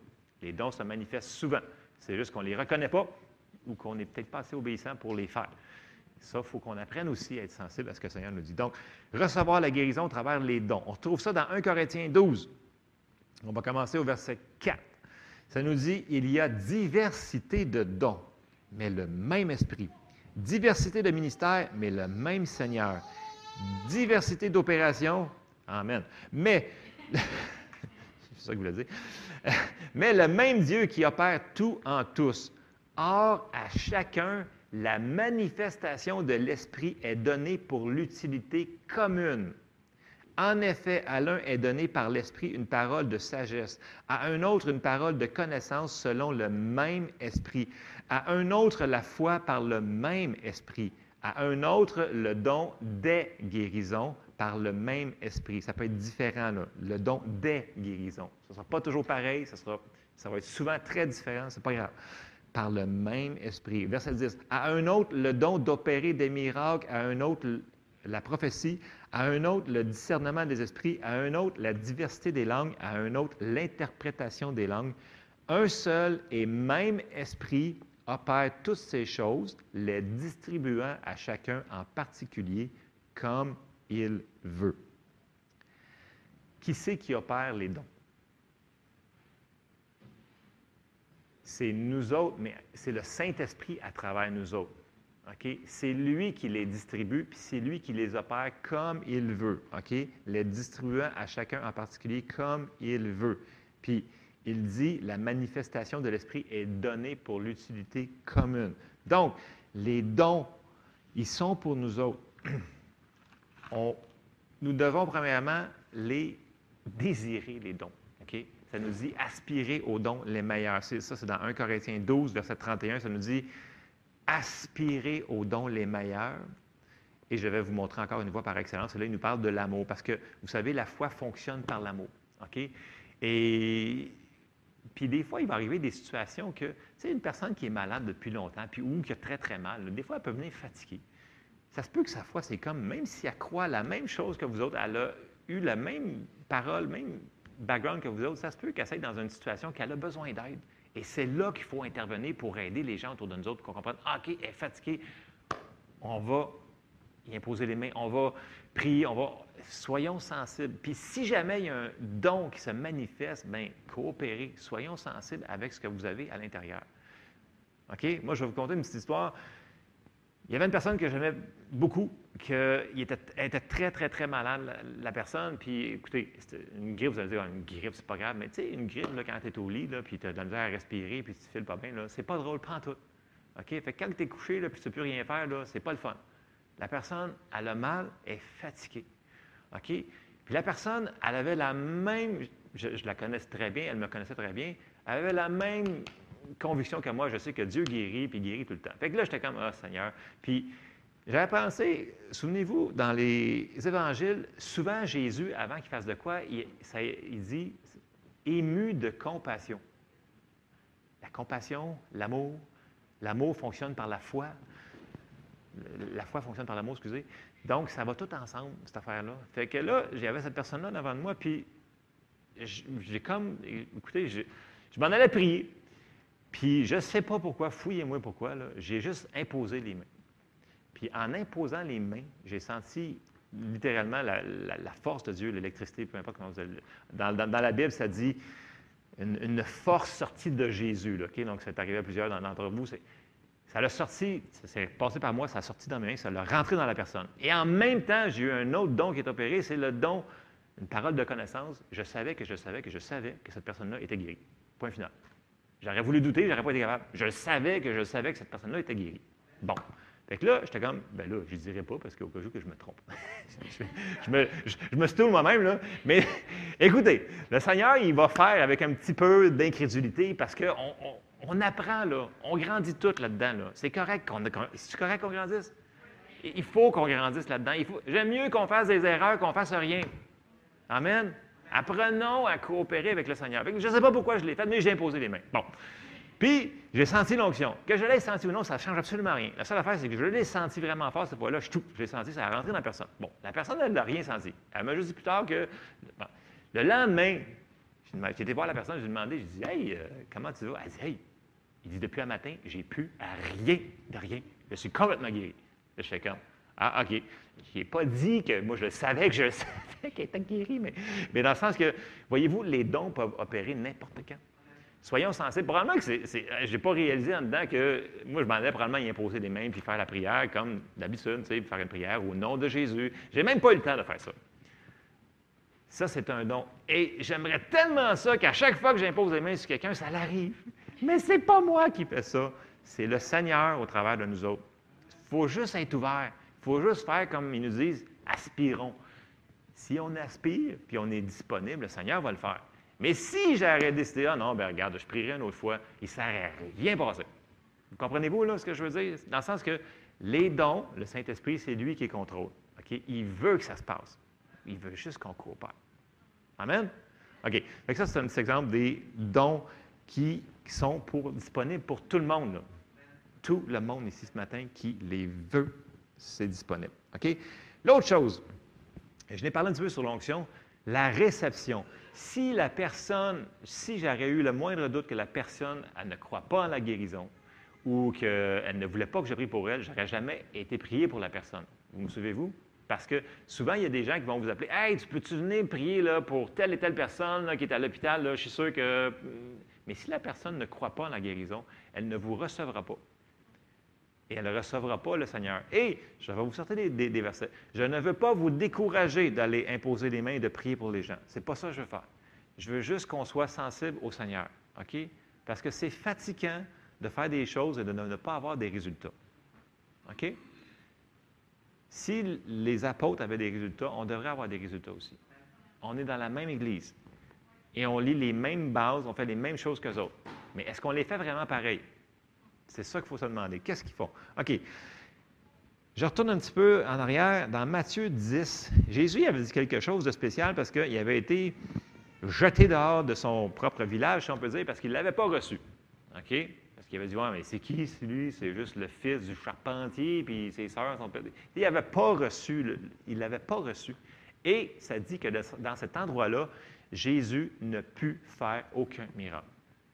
Les dons se manifestent souvent. C'est juste qu'on ne les reconnaît pas ou qu'on n'est peut-être pas assez obéissant pour les faire. Ça, il faut qu'on apprenne aussi à être sensible à ce que le Seigneur nous dit. Donc, recevoir la guérison à travers les dons. On retrouve ça dans un Corinthiens douze. On va commencer au verset quatre. Ça nous dit, il y a diversité de dons, mais le même esprit. Diversité de ministères, mais le même Seigneur. Diversité d'opérations, amen. Mais, c'est ça que je voulais dire, mais le même Dieu qui opère tout en tous. Or, à chacun, la manifestation de l'Esprit est donnée pour l'utilité commune. En effet, à l'un est donnée par l'Esprit une parole de sagesse, à un autre une parole de connaissance selon le même Esprit, à un autre la foi par le même Esprit, à un autre le don des guérisons par le même Esprit. Ça peut être différent, là, le don des guérisons. Ça ne sera pas toujours pareil, ça, sera, ça va être souvent très différent, ce n'est pas grave. Par le même Esprit. Verset dix. À un autre, le don d'opérer des miracles, à un autre, la prophétie, à un autre, le discernement des esprits, à un autre, la diversité des langues, à un autre, l'interprétation des langues. Un seul et même Esprit opère toutes ces choses, les distribuant à chacun en particulier comme il veut. Qui c'est qui opère les dons? C'est nous autres, mais c'est le Saint-Esprit à travers nous autres. Okay? C'est lui qui les distribue, puis c'est lui qui les opère comme il veut. Okay? Les distribuant à chacun en particulier comme il veut. Puis, il dit, la manifestation de l'Esprit est donnée pour l'utilité commune. Donc, les dons, ils sont pour nous autres. On, nous devons, premièrement, les désirer, les dons. Okay? Ça nous dit aspirer aux dons les meilleurs. C'est ça, c'est dans un Corinthiens douze, verset trente et un, ça nous dit aspirer aux dons les meilleurs. Et je vais vous montrer encore une fois par excellence. Là, il nous parle de l'amour, parce que, vous savez, la foi fonctionne par l'amour. OK? Et puis des fois, il va arriver des situations que, tu sais, une personne qui est malade depuis longtemps, puis ou qui a très, très mal, là, des fois, elle peut venir fatiguée. Ça se peut que sa foi, c'est comme, même si elle croit la même chose que vous autres, elle a eu la même parole, même background que vous autres, ça se peut qu'elle soit dans une situation qu'elle a besoin d'aide. Et c'est là qu'il faut intervenir pour aider les gens autour de nous autres, qu'on comprenne, ah, OK, elle est fatiguée, on va y imposer les mains, on va prier, on va... Soyons sensibles. Puis si jamais il y a un don qui se manifeste, bien, coopérez, soyons sensibles avec ce que vous avez à l'intérieur. OK? Moi, je vais vous conter une petite histoire. Il y avait une personne que j'aimais beaucoup, qui était, était très, très, très malade, la, la personne. Puis, écoutez, une grippe, vous allez dire, une grippe, c'est pas grave, mais tu sais, une grippe, là, quand tu es au lit, là, puis tu as de la misère à respirer, puis tu ne files pas bien, là, c'est pas drôle, prends tout. OK? Fait que quand tu es couché, là, puis tu ne peux plus rien faire, là, c'est pas le fun. La personne, elle a mal, elle est fatiguée. OK? Puis la personne, elle avait la même, je, je la connaissais très bien, elle me connaissait très bien, elle avait la même conviction que moi, je sais que Dieu guérit, puis guérit tout le temps. Fait que là, j'étais comme, ah, Seigneur. Puis j'avais pensé, souvenez-vous, dans les évangiles, souvent Jésus, avant qu'il fasse de quoi, il, ça, il dit, ému de compassion. La compassion, l'amour, l'amour fonctionne par la foi. La foi fonctionne par l'amour, excusez. Donc, ça va tout ensemble, cette affaire-là. Fait que là, j'avais cette personne-là devant de moi, puis j'ai comme, écoutez, je, je m'en allais prier. Puis je ne sais pas pourquoi, fouillez-moi pourquoi, là, j'ai juste imposé les mains. Puis en imposant les mains, j'ai senti littéralement la, la, la force de Dieu, l'électricité, peu importe comment vous allez... Dans, dans, dans la Bible, ça dit une, une force sortie de Jésus. Là, okay? Donc, c'est arrivé à plusieurs d'entre vous. C'est, ça l'a sorti, ça s'est passé par moi, ça a sorti dans mes mains, ça l'a rentré dans la personne. Et en même temps, j'ai eu un autre don qui est opéré, c'est le don, une parole de connaissance. Je savais que je savais que je savais que cette personne-là était guérie. Point final. J'aurais voulu douter, j'aurais pas été capable. Je savais que je savais que cette personne-là était guérie. Bon. Fait que là, j'étais comme, ben là, je ne dirais pas parce qu'au cas où que je me trompe. je, je, me, je, je me stoule moi-même, là. Mais écoutez, le Seigneur, il va faire avec un petit peu d'incrédulité parce qu'on on, on apprend, là. On grandit tout là-dedans, là. C'est correct qu'on c'est correct qu'on grandisse. Il faut qu'on grandisse là-dedans. Il faut, j'aime mieux qu'on fasse des erreurs qu'on ne fasse rien. Amen. Apprenons à coopérer avec le Seigneur. Je ne sais pas pourquoi je l'ai fait, mais j'ai imposé les mains. Bon. Puis, j'ai senti l'onction. Que je l'ai senti ou non, ça ne change absolument rien. La seule affaire, c'est que je l'ai senti vraiment fort cette fois-là. Je, je l'ai senti, ça a rentré dans la personne. Bon, la personne, elle n'a rien senti. Elle m'a juste dit plus tard que... Bon. Le lendemain, J'ai été voir la personne, je lui ai demandé, je lui ai dit, hey, euh, comment tu vas? Elle dit, hey, il dit, depuis un matin, j'ai plus à rien de rien. Je suis complètement guéri. Je fais comme, ah, OK. Je n'ai pas dit que moi, je le savais que je le savais qu'elle était guérie, mais, mais dans le sens que, voyez-vous, les dons peuvent opérer n'importe quand. Soyons sensibles. Probablement que c'est. Je n'ai pas réalisé en dedans que moi, je m'en allais probablement y imposer des mains puis faire la prière comme d'habitude, tu sais, faire une prière au nom de Jésus. Je n'ai même pas eu le temps de faire ça. Ça, c'est un don. Et j'aimerais tellement ça qu'à chaque fois que j'impose les mains sur quelqu'un, ça l'arrive. Mais ce n'est pas moi qui fais ça. C'est le Seigneur au travers de nous autres. Il faut juste être ouvert. Il faut juste faire comme ils nous disent, aspirons. Si on aspire puis on est disponible, le Seigneur va le faire. Mais si j'aurais décidé, ah non, ben regarde, je prierai une autre fois, il ne serait rien passé. Vous comprenez-vous là ce que je veux dire? Dans le sens que les dons, le Saint-Esprit, c'est lui qui contrôle. Okay? Il veut que ça se passe. Il veut juste qu'on coopère. Amen? OK. Donc ça, c'est un petit exemple des dons qui, qui sont pour, disponibles pour tout le monde. Là. Tout le monde ici ce matin qui les veut, c'est disponible. OK? L'autre chose, je n'ai parlé un petit peu sur l'onction, la réception. Si la personne, si j'aurais eu le moindre doute que la personne, elle ne croit pas en la guérison ou qu'elle ne voulait pas que je prie pour elle, je n'aurais jamais été prié pour la personne. Vous me suivez-vous? Parce que souvent, il y a des gens qui vont vous appeler « Hey, tu peux-tu venir prier là, pour telle et telle personne là, qui est à l'hôpital? Là, je suis sûr que... » Mais si la personne ne croit pas en la guérison, elle ne vous recevra pas. Et elle ne recevra pas le Seigneur. Et, je vais vous sortir des, des, des versets. Je ne veux pas vous décourager d'aller imposer les mains et de prier pour les gens. Ce n'est pas ça que je veux faire. Je veux juste qu'on soit sensible au Seigneur. OK? Parce que c'est fatigant de faire des choses et de ne pas avoir des résultats. OK? Si les apôtres avaient des résultats, on devrait avoir des résultats aussi. On est dans la même Église. Et on lit les mêmes bases, on fait les mêmes choses qu'eux autres. Mais est-ce qu'on les fait vraiment pareil? C'est ça qu'il faut se demander. Qu'est-ce qu'ils font? OK. Je retourne un petit peu en arrière. Dans Matthieu dix, Jésus avait dit quelque chose de spécial parce qu'il avait été jeté dehors de son propre village, si on peut dire, parce qu'il ne l'avait pas reçu. OK? Parce qu'il avait dit, ouais, mais c'est qui, c'est lui? C'est juste le fils du charpentier, puis ses sœurs sont perdues. Il n'avait pas reçu. Le, il ne l'avait pas reçu. Et ça dit que dans cet endroit-là, Jésus ne put faire aucun miracle.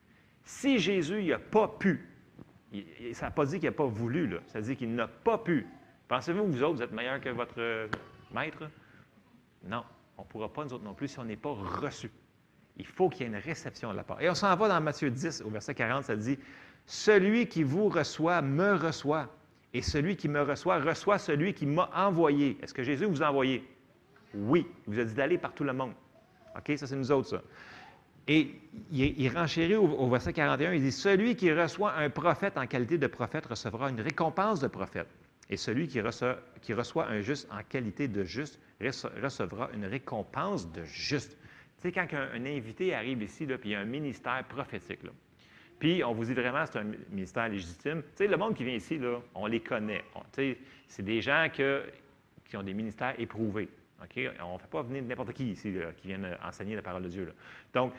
Si Jésus n'a pas pu, il, ça n'a pas dit qu'il n'a pas voulu, là. Ça dit qu'il n'a pas pu. Pensez-vous que vous autres, vous êtes meilleurs que votre euh, maître? Non, on ne pourra pas, nous autres non plus, si on n'est pas reçu. Il faut qu'il y ait une réception de la part. Et on s'en va dans Matthieu dix, au verset quarante, ça dit « Celui qui vous reçoit, me reçoit, et celui qui me reçoit, reçoit celui qui m'a envoyé. » Est-ce que Jésus vous a envoyé? Oui. Il vous a dit d'aller par tout le monde. OK? Ça, c'est nous autres, ça. Et il, il renchérit au, au verset quarante et un, il dit « Celui qui reçoit un prophète en qualité de prophète recevra une récompense de prophète. Et celui qui reçoit, qui reçoit un juste en qualité de juste recevra une récompense de juste. » Tu sais, quand un, un invité arrive ici, là, puis il y a un ministère prophétique, là, puis on vous dit vraiment que c'est un ministère légitime. Tu sais, le monde qui vient ici, là, on les connaît. On, tu sais, c'est des gens que, qui ont des ministères éprouvés. Okay? On ne fait pas venir n'importe qui ici là, qui viennent enseigner la parole de Dieu. Là. Donc,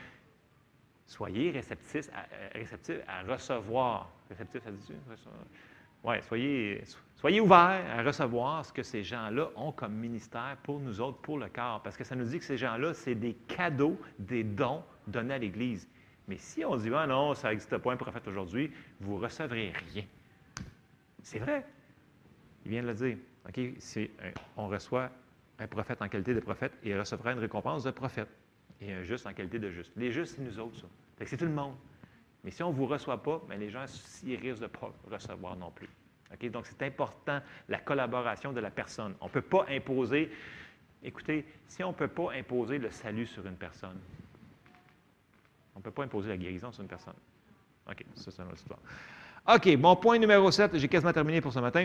soyez réceptifs à, réceptifs à recevoir. Réceptifs, ça dit-tu? Oui, soyez, soyez ouverts à recevoir ce que ces gens-là ont comme ministère pour nous autres, pour le corps. Parce que ça nous dit que ces gens-là, c'est des cadeaux, des dons donnés à l'Église. Mais si on dit, ah non, ça n'existe pas un prophète aujourd'hui, vous ne recevrez rien. C'est vrai. Il vient de le dire. Okay? C'est un, on reçoit un prophète en qualité de prophète et il recevra une récompense de prophète. Et un juste en qualité de juste. Les justes, c'est nous autres, ça. Fait que c'est tout le monde. Mais si on ne vous reçoit pas, bien, les gens, ils risquent de ne pas recevoir non plus. Okay? Donc, c'est important, la collaboration de la personne. On ne peut pas imposer, écoutez, si on ne peut pas imposer le salut sur une personne, on ne peut pas imposer la guérison sur une personne. OK, ça, c'est une autre histoire. OK, mon point numéro sept, j'ai quasiment terminé pour ce matin.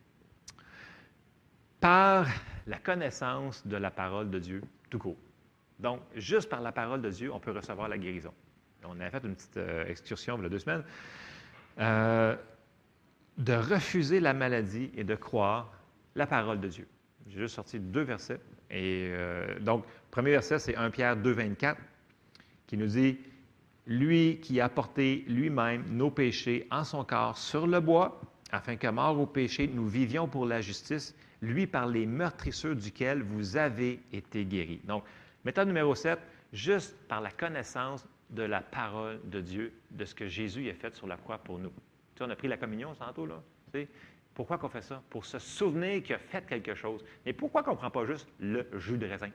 Par la connaissance de la parole de Dieu, tout court. Donc, juste par la parole de Dieu, on peut recevoir la guérison. On a fait une petite euh, excursion il y a deux semaines. Euh, de refuser la maladie et de croire la parole de Dieu. J'ai juste sorti deux versets. Et euh, donc, le premier verset, c'est premier Pierre deux, vingt-quatre, qui nous dit « Lui qui a porté lui-même nos péchés en son corps sur le bois, afin que, mort au péché, nous vivions pour la justice, lui par les meurtrissures duquel vous avez été guéris. » Donc, méthode numéro sept, juste par la connaissance de la parole de Dieu, de ce que Jésus a fait sur la croix pour nous. Tu sais, on a pris la communion tantôt, là. Tu sais, pourquoi qu'on fait ça? Pour se souvenir qu'il a fait quelque chose. Mais pourquoi qu'on ne prend pas juste le jus de raisin?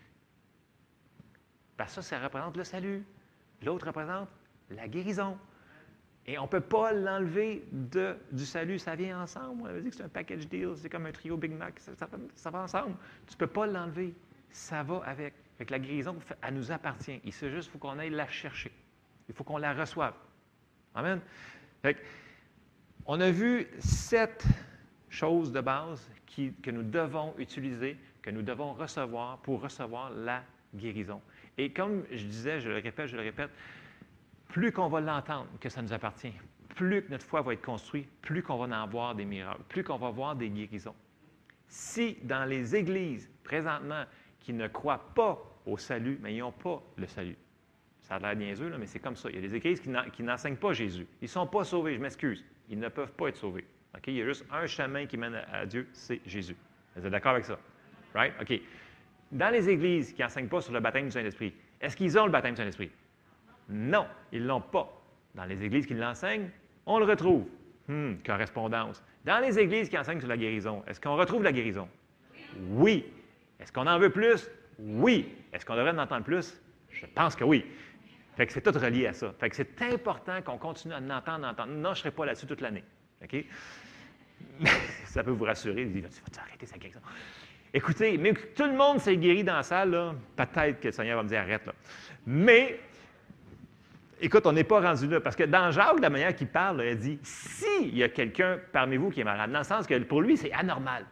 Parce que ça, ça représente le salut. L'autre représente la guérison. Et on ne peut pas l'enlever de, du salut. Ça vient ensemble. On avait dit que c'est un package deal. C'est comme un trio Big Mac. Ça, ça, ça va ensemble. Tu ne peux pas l'enlever. Ça va avec. Fait que la guérison, elle nous appartient. Il faut juste faut qu'on aille la chercher. Il faut qu'on la reçoive. Amen. Fait que, on a vu sept choses de base qui, que nous devons utiliser, que nous devons recevoir pour recevoir la guérison. Et comme je disais, je le répète, je le répète, plus qu'on va l'entendre que ça nous appartient, plus que notre foi va être construite, plus qu'on va en voir des miracles, plus qu'on va voir des guérisons. Si dans les églises, présentement, qui ne croient pas au salut, mais ils n'ont pas le salut. Ça a l'air niaiseux, là, mais c'est comme ça. Il y a des églises qui n'enseignent pas Jésus. Ils ne sont pas sauvés, je m'excuse. Ils ne peuvent pas être sauvés. Okay? Il y a juste un chemin qui mène à Dieu, c'est Jésus. Vous êtes d'accord avec ça? Right? OK. Dans les églises qui n'enseignent pas sur le baptême du Saint-Esprit, est-ce qu'ils ont le baptême du Saint-Esprit? Non, ils ne l'ont pas. Dans les églises qui l'enseignent, on le retrouve. Hum, correspondance. Dans les églises qui enseignent sur la guérison, est-ce qu'on retrouve la guérison? Oui. Est-ce qu'on en veut plus? Oui. Est-ce qu'on devrait en entendre plus? Je pense que oui. Fait que c'est tout relié à ça. Fait que c'est important qu'on continue à en entendre, en entendre. Non, je ne serai pas là-dessus toute l'année. OK? Ça peut vous rassurer. Vous dites, vas-tu arrêter sa guérison? Écoutez, mais que tout le monde s'est guéri dans la salle, là, peut-être que le Seigneur va me dire, arrête, là. Mais, écoute, on n'est pas rendu là. Parce que dans Jacques, de la manière qu'il parle, là, il dit, s'il y a quelqu'un parmi vous qui est malade, dans le sens que pour lui, c'est anormal.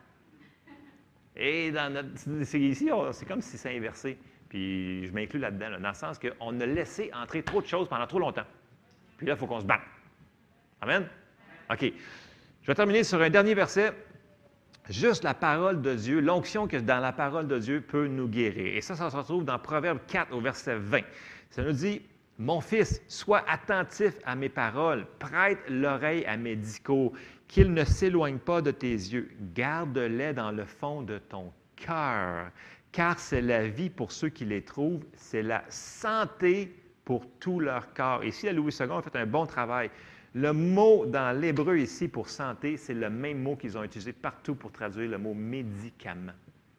Et dans notre, c'est, ici, on, c'est comme si c'est inversé. Puis je m'inclus là-dedans, là, dans le sens qu'on a laissé entrer trop de choses pendant trop longtemps. Puis là, il faut qu'on se batte. Amen? OK. Je vais terminer sur un dernier verset. Juste la parole de Dieu, l'onction que dans la parole de Dieu peut nous guérir. Et ça, ça se retrouve dans Proverbe quatre au verset vingt. Ça nous dit, « Mon fils, sois attentif à mes paroles, prête l'oreille à mes discours, qu'ils ne s'éloignent pas de tes yeux. Garde-les dans le fond de ton cœur, car c'est la vie pour ceux qui les trouvent, c'est la santé pour tout leur corps. » Ici, la Louis second a fait un bon travail. Le mot dans l'hébreu ici pour santé, c'est le même mot qu'ils ont utilisé partout pour traduire le mot médicament.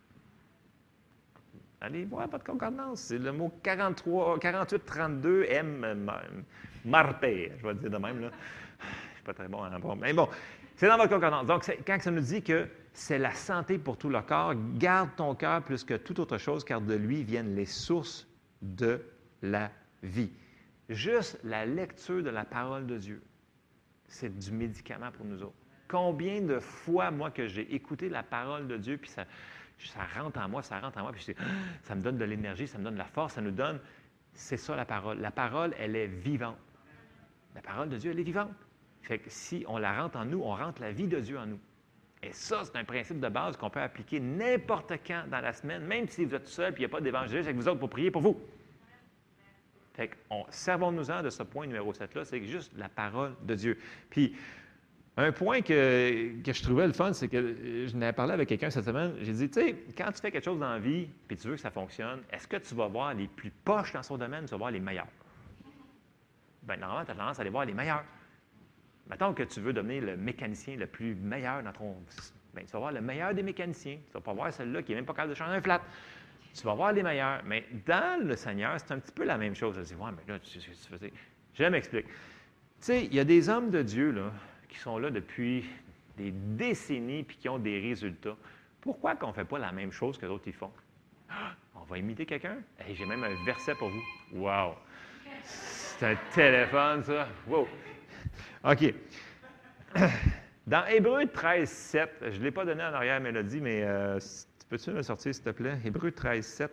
Allez voir votre concordance. C'est le mot quarante-trois, quarante-huit trente-deux M, marpe, je vais le dire de même. Là. Je ne suis pas très bon en bon. Mais bon, c'est dans votre concordance. Donc, quand ça nous dit que c'est la santé pour tout le corps, garde ton cœur plus que toute autre chose, car de lui viennent les sources de la vie. Juste la lecture de la parole de Dieu, c'est du médicament pour nous autres. Combien de fois, moi, que j'ai écouté la parole de Dieu, puis ça, ça rentre en moi, ça rentre en moi, puis je dis, ça me donne de l'énergie, ça me donne de la force, ça nous donne... C'est ça, la parole. La parole, elle est vivante. La parole de Dieu, elle est vivante. Fait que si on la rentre en nous, on rentre la vie de Dieu en nous. Et ça, c'est un principe de base qu'on peut appliquer n'importe quand dans la semaine, même si vous êtes seul et il n'y a pas d'évangéliste avec vous autres pour prier pour vous. Fait que, on, servons-nous-en de ce point numéro sept là, c'est juste la parole de Dieu. Puis, un point que, que je trouvais le fun, c'est que je n'avais parlé avec quelqu'un cette semaine, j'ai dit, tu sais, quand tu fais quelque chose dans la vie et tu veux que ça fonctionne, est-ce que tu vas voir les plus poches dans son domaine ou tu vas voir les meilleurs? Bien, normalement, tu as tendance à aller voir les meilleurs. Mettons que tu veux devenir le mécanicien le plus meilleur dans ton... Bien, tu vas voir le meilleur des mécaniciens. Tu ne vas pas voir celui-là qui n'est même pas capable de changer un flat. Tu vas voir les meilleurs. Mais dans le Seigneur, c'est un petit peu la même chose. Je dis, ouais, mais là, tu sais ce que tu faisais. Je m'explique. Tu sais, il y a des hommes de Dieu, là, qui sont là depuis des décennies puis qui ont des résultats. Pourquoi qu'on ne fait pas la même chose que d'autres y font? Ah, on va imiter quelqu'un? Hey, j'ai même un verset pour vous. Wow! C'est un téléphone, ça. Wow! OK. Dans Hébreux treize, sept, je ne l'ai pas donné en arrière mélodie, mais euh, peux-tu me le sortir, s'il te plaît? Hébreux treize, sept.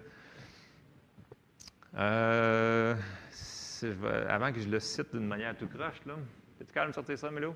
Euh, avant que je le cite d'une manière tout croche, là. Es-tu capable de me sortir ça, Mélo?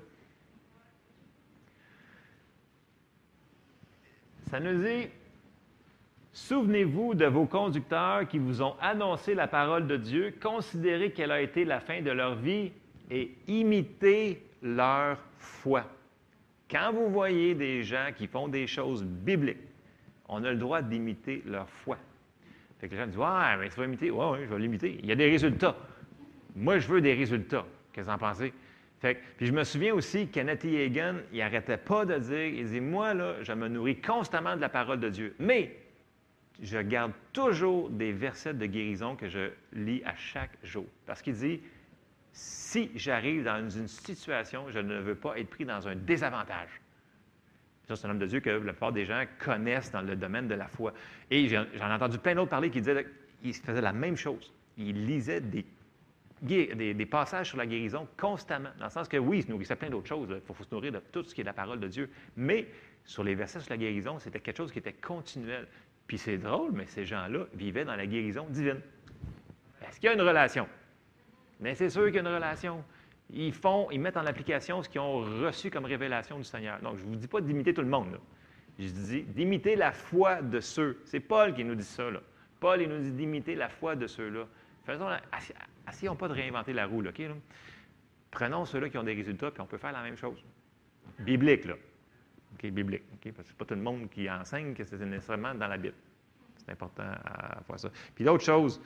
Ça nous dit, « Souvenez-vous de vos conducteurs qui vous ont annoncé la parole de Dieu, considérez quelle a été la fin de leur vie et imitez leur foi. » Quand vous voyez des gens qui font des choses bibliques, on a le droit d'imiter leur foi. Fait que les gens disent « Ouais, mais tu vas imiter. » Oui, oui, je vais l'imiter. Il y a des résultats. Moi, je veux des résultats. Qu'est-ce que vous en pensez? Fait que, puis je me souviens aussi, Kenneth E. Hagin, il n'arrêtait pas de dire, il dit « Moi, là, je me nourris constamment de la parole de Dieu. Mais je garde toujours des versets de guérison que je lis à chaque jour. » Parce qu'il dit « Si j'arrive dans une situation, je ne veux pas être pris dans un désavantage. » Ça, c'est un homme de Dieu que la plupart des gens connaissent dans le domaine de la foi. Et j'en ai entendu plein d'autres parler qui disaient qu'ils faisaient la même chose. Ils lisaient des, des, des passages sur la guérison constamment. Dans le sens que, oui, ils se nourrissaient plein d'autres choses. Il faut, faut se nourrir de tout ce qui est la parole de Dieu. Mais sur les versets sur la guérison, c'était quelque chose qui était continuel. Puis c'est drôle, mais ces gens-là vivaient dans la guérison divine. Est-ce qu'il y a une relation? Bien, c'est sûr qu'il y a une relation. Ils font, ils mettent en application ce qu'ils ont reçu comme révélation du Seigneur. Donc, je ne vous dis pas d'imiter tout le monde, là. Je dis d'imiter la foi de ceux. C'est Paul qui nous dit ça, là. Paul, il nous dit d'imiter la foi de ceux-là. Faisons, essayons pas de réinventer la roue, là, OK, là? Prenons ceux-là qui ont des résultats, puis on peut faire la même chose. Biblique, là. OK, biblique. OK? Parce que c'est pas tout le monde qui enseigne que c'est nécessairement dans la Bible. C'est important à voir ça. Puis l'autre chose,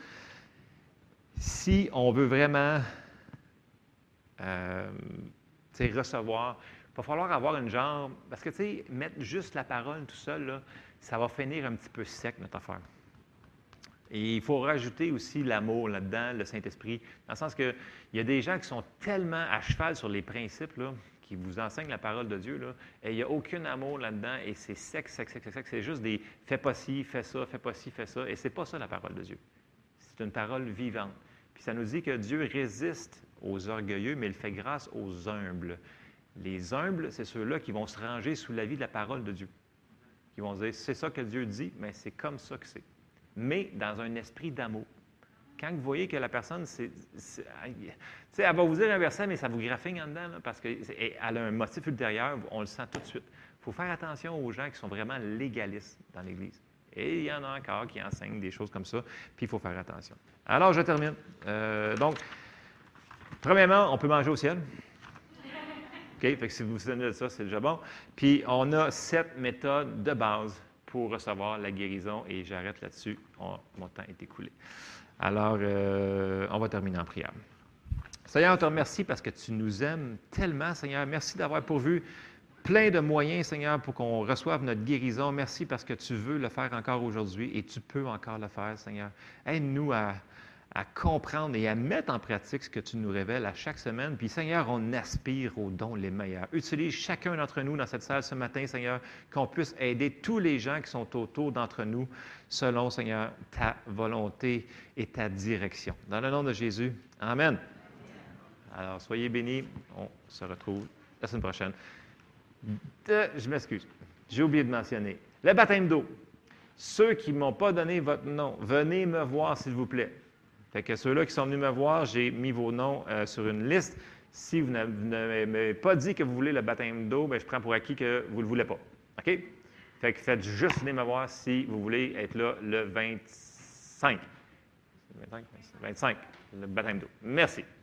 si on veut vraiment Euh, recevoir. Il va falloir avoir une genre... Parce que, tu sais, mettre juste la parole tout seul, là, ça va finir un petit peu sec, notre affaire. Et il faut rajouter aussi l'amour là-dedans, le Saint-Esprit, dans le sens qu'il y a des gens qui sont tellement à cheval sur les principes, là, qui vous enseignent la parole de Dieu, là, et il n'y a aucun amour là-dedans, et c'est sec, sec, sec, sec, sec. C'est juste des « fais pas ci, fais ça, fais pas ci, fais ça », et c'est pas ça la parole de Dieu. C'est une parole vivante. Puis ça nous dit que Dieu résiste aux orgueilleux, mais il fait grâce aux humbles. Les humbles, c'est ceux-là qui vont se ranger sous l'avis de la parole de Dieu. Qui vont dire, c'est ça que Dieu dit, mais c'est comme ça que c'est. Mais dans un esprit d'amour. Quand vous voyez que la personne, c'est, c'est, elle va vous dire un verset, mais ça vous graffigne en dedans, là, parce qu'elle a un motif ultérieur, on le sent tout de suite. Il faut faire attention aux gens qui sont vraiment légalistes dans l'Église. Et il y en a encore qui enseignent des choses comme ça, puis il faut faire attention. Alors, je termine. Euh, donc, premièrement, on peut manger au ciel. OK? Fait que si vous vous souvenez de ça, c'est déjà bon. Puis, on a sept méthodes de base pour recevoir la guérison, et j'arrête là-dessus. On, mon temps est écoulé. Alors, euh, on va terminer en prière. Seigneur, on te remercie parce que tu nous aimes tellement, Seigneur. Merci d'avoir pourvu plein de moyens, Seigneur, pour qu'on reçoive notre guérison. Merci parce que tu veux le faire encore aujourd'hui et tu peux encore le faire, Seigneur. Aide-nous à, à comprendre et à mettre en pratique ce que tu nous révèles à chaque semaine. Puis, Seigneur, on aspire aux dons les meilleurs. Utilise chacun d'entre nous dans cette salle ce matin, Seigneur, qu'on puisse aider tous les gens qui sont autour d'entre nous selon, Seigneur, ta volonté et ta direction. Dans le nom de Jésus, Amen. Alors, soyez bénis. On se retrouve la semaine prochaine. De, je m'excuse, j'ai oublié de mentionner. Le baptême d'eau. Ceux qui ne m'ont pas donné votre nom, venez me voir, s'il vous plaît. Fait que ceux-là qui sont venus me voir, j'ai mis vos noms euh, sur une liste. Si vous n'avez pas dit que vous voulez le baptême d'eau, bien, je prends pour acquis que vous ne le voulez pas. OK? Fait que faites juste venir me voir si vous voulez être là le vingt-cinq. vingt-cinq, vingt-cinq, le baptême d'eau. Merci.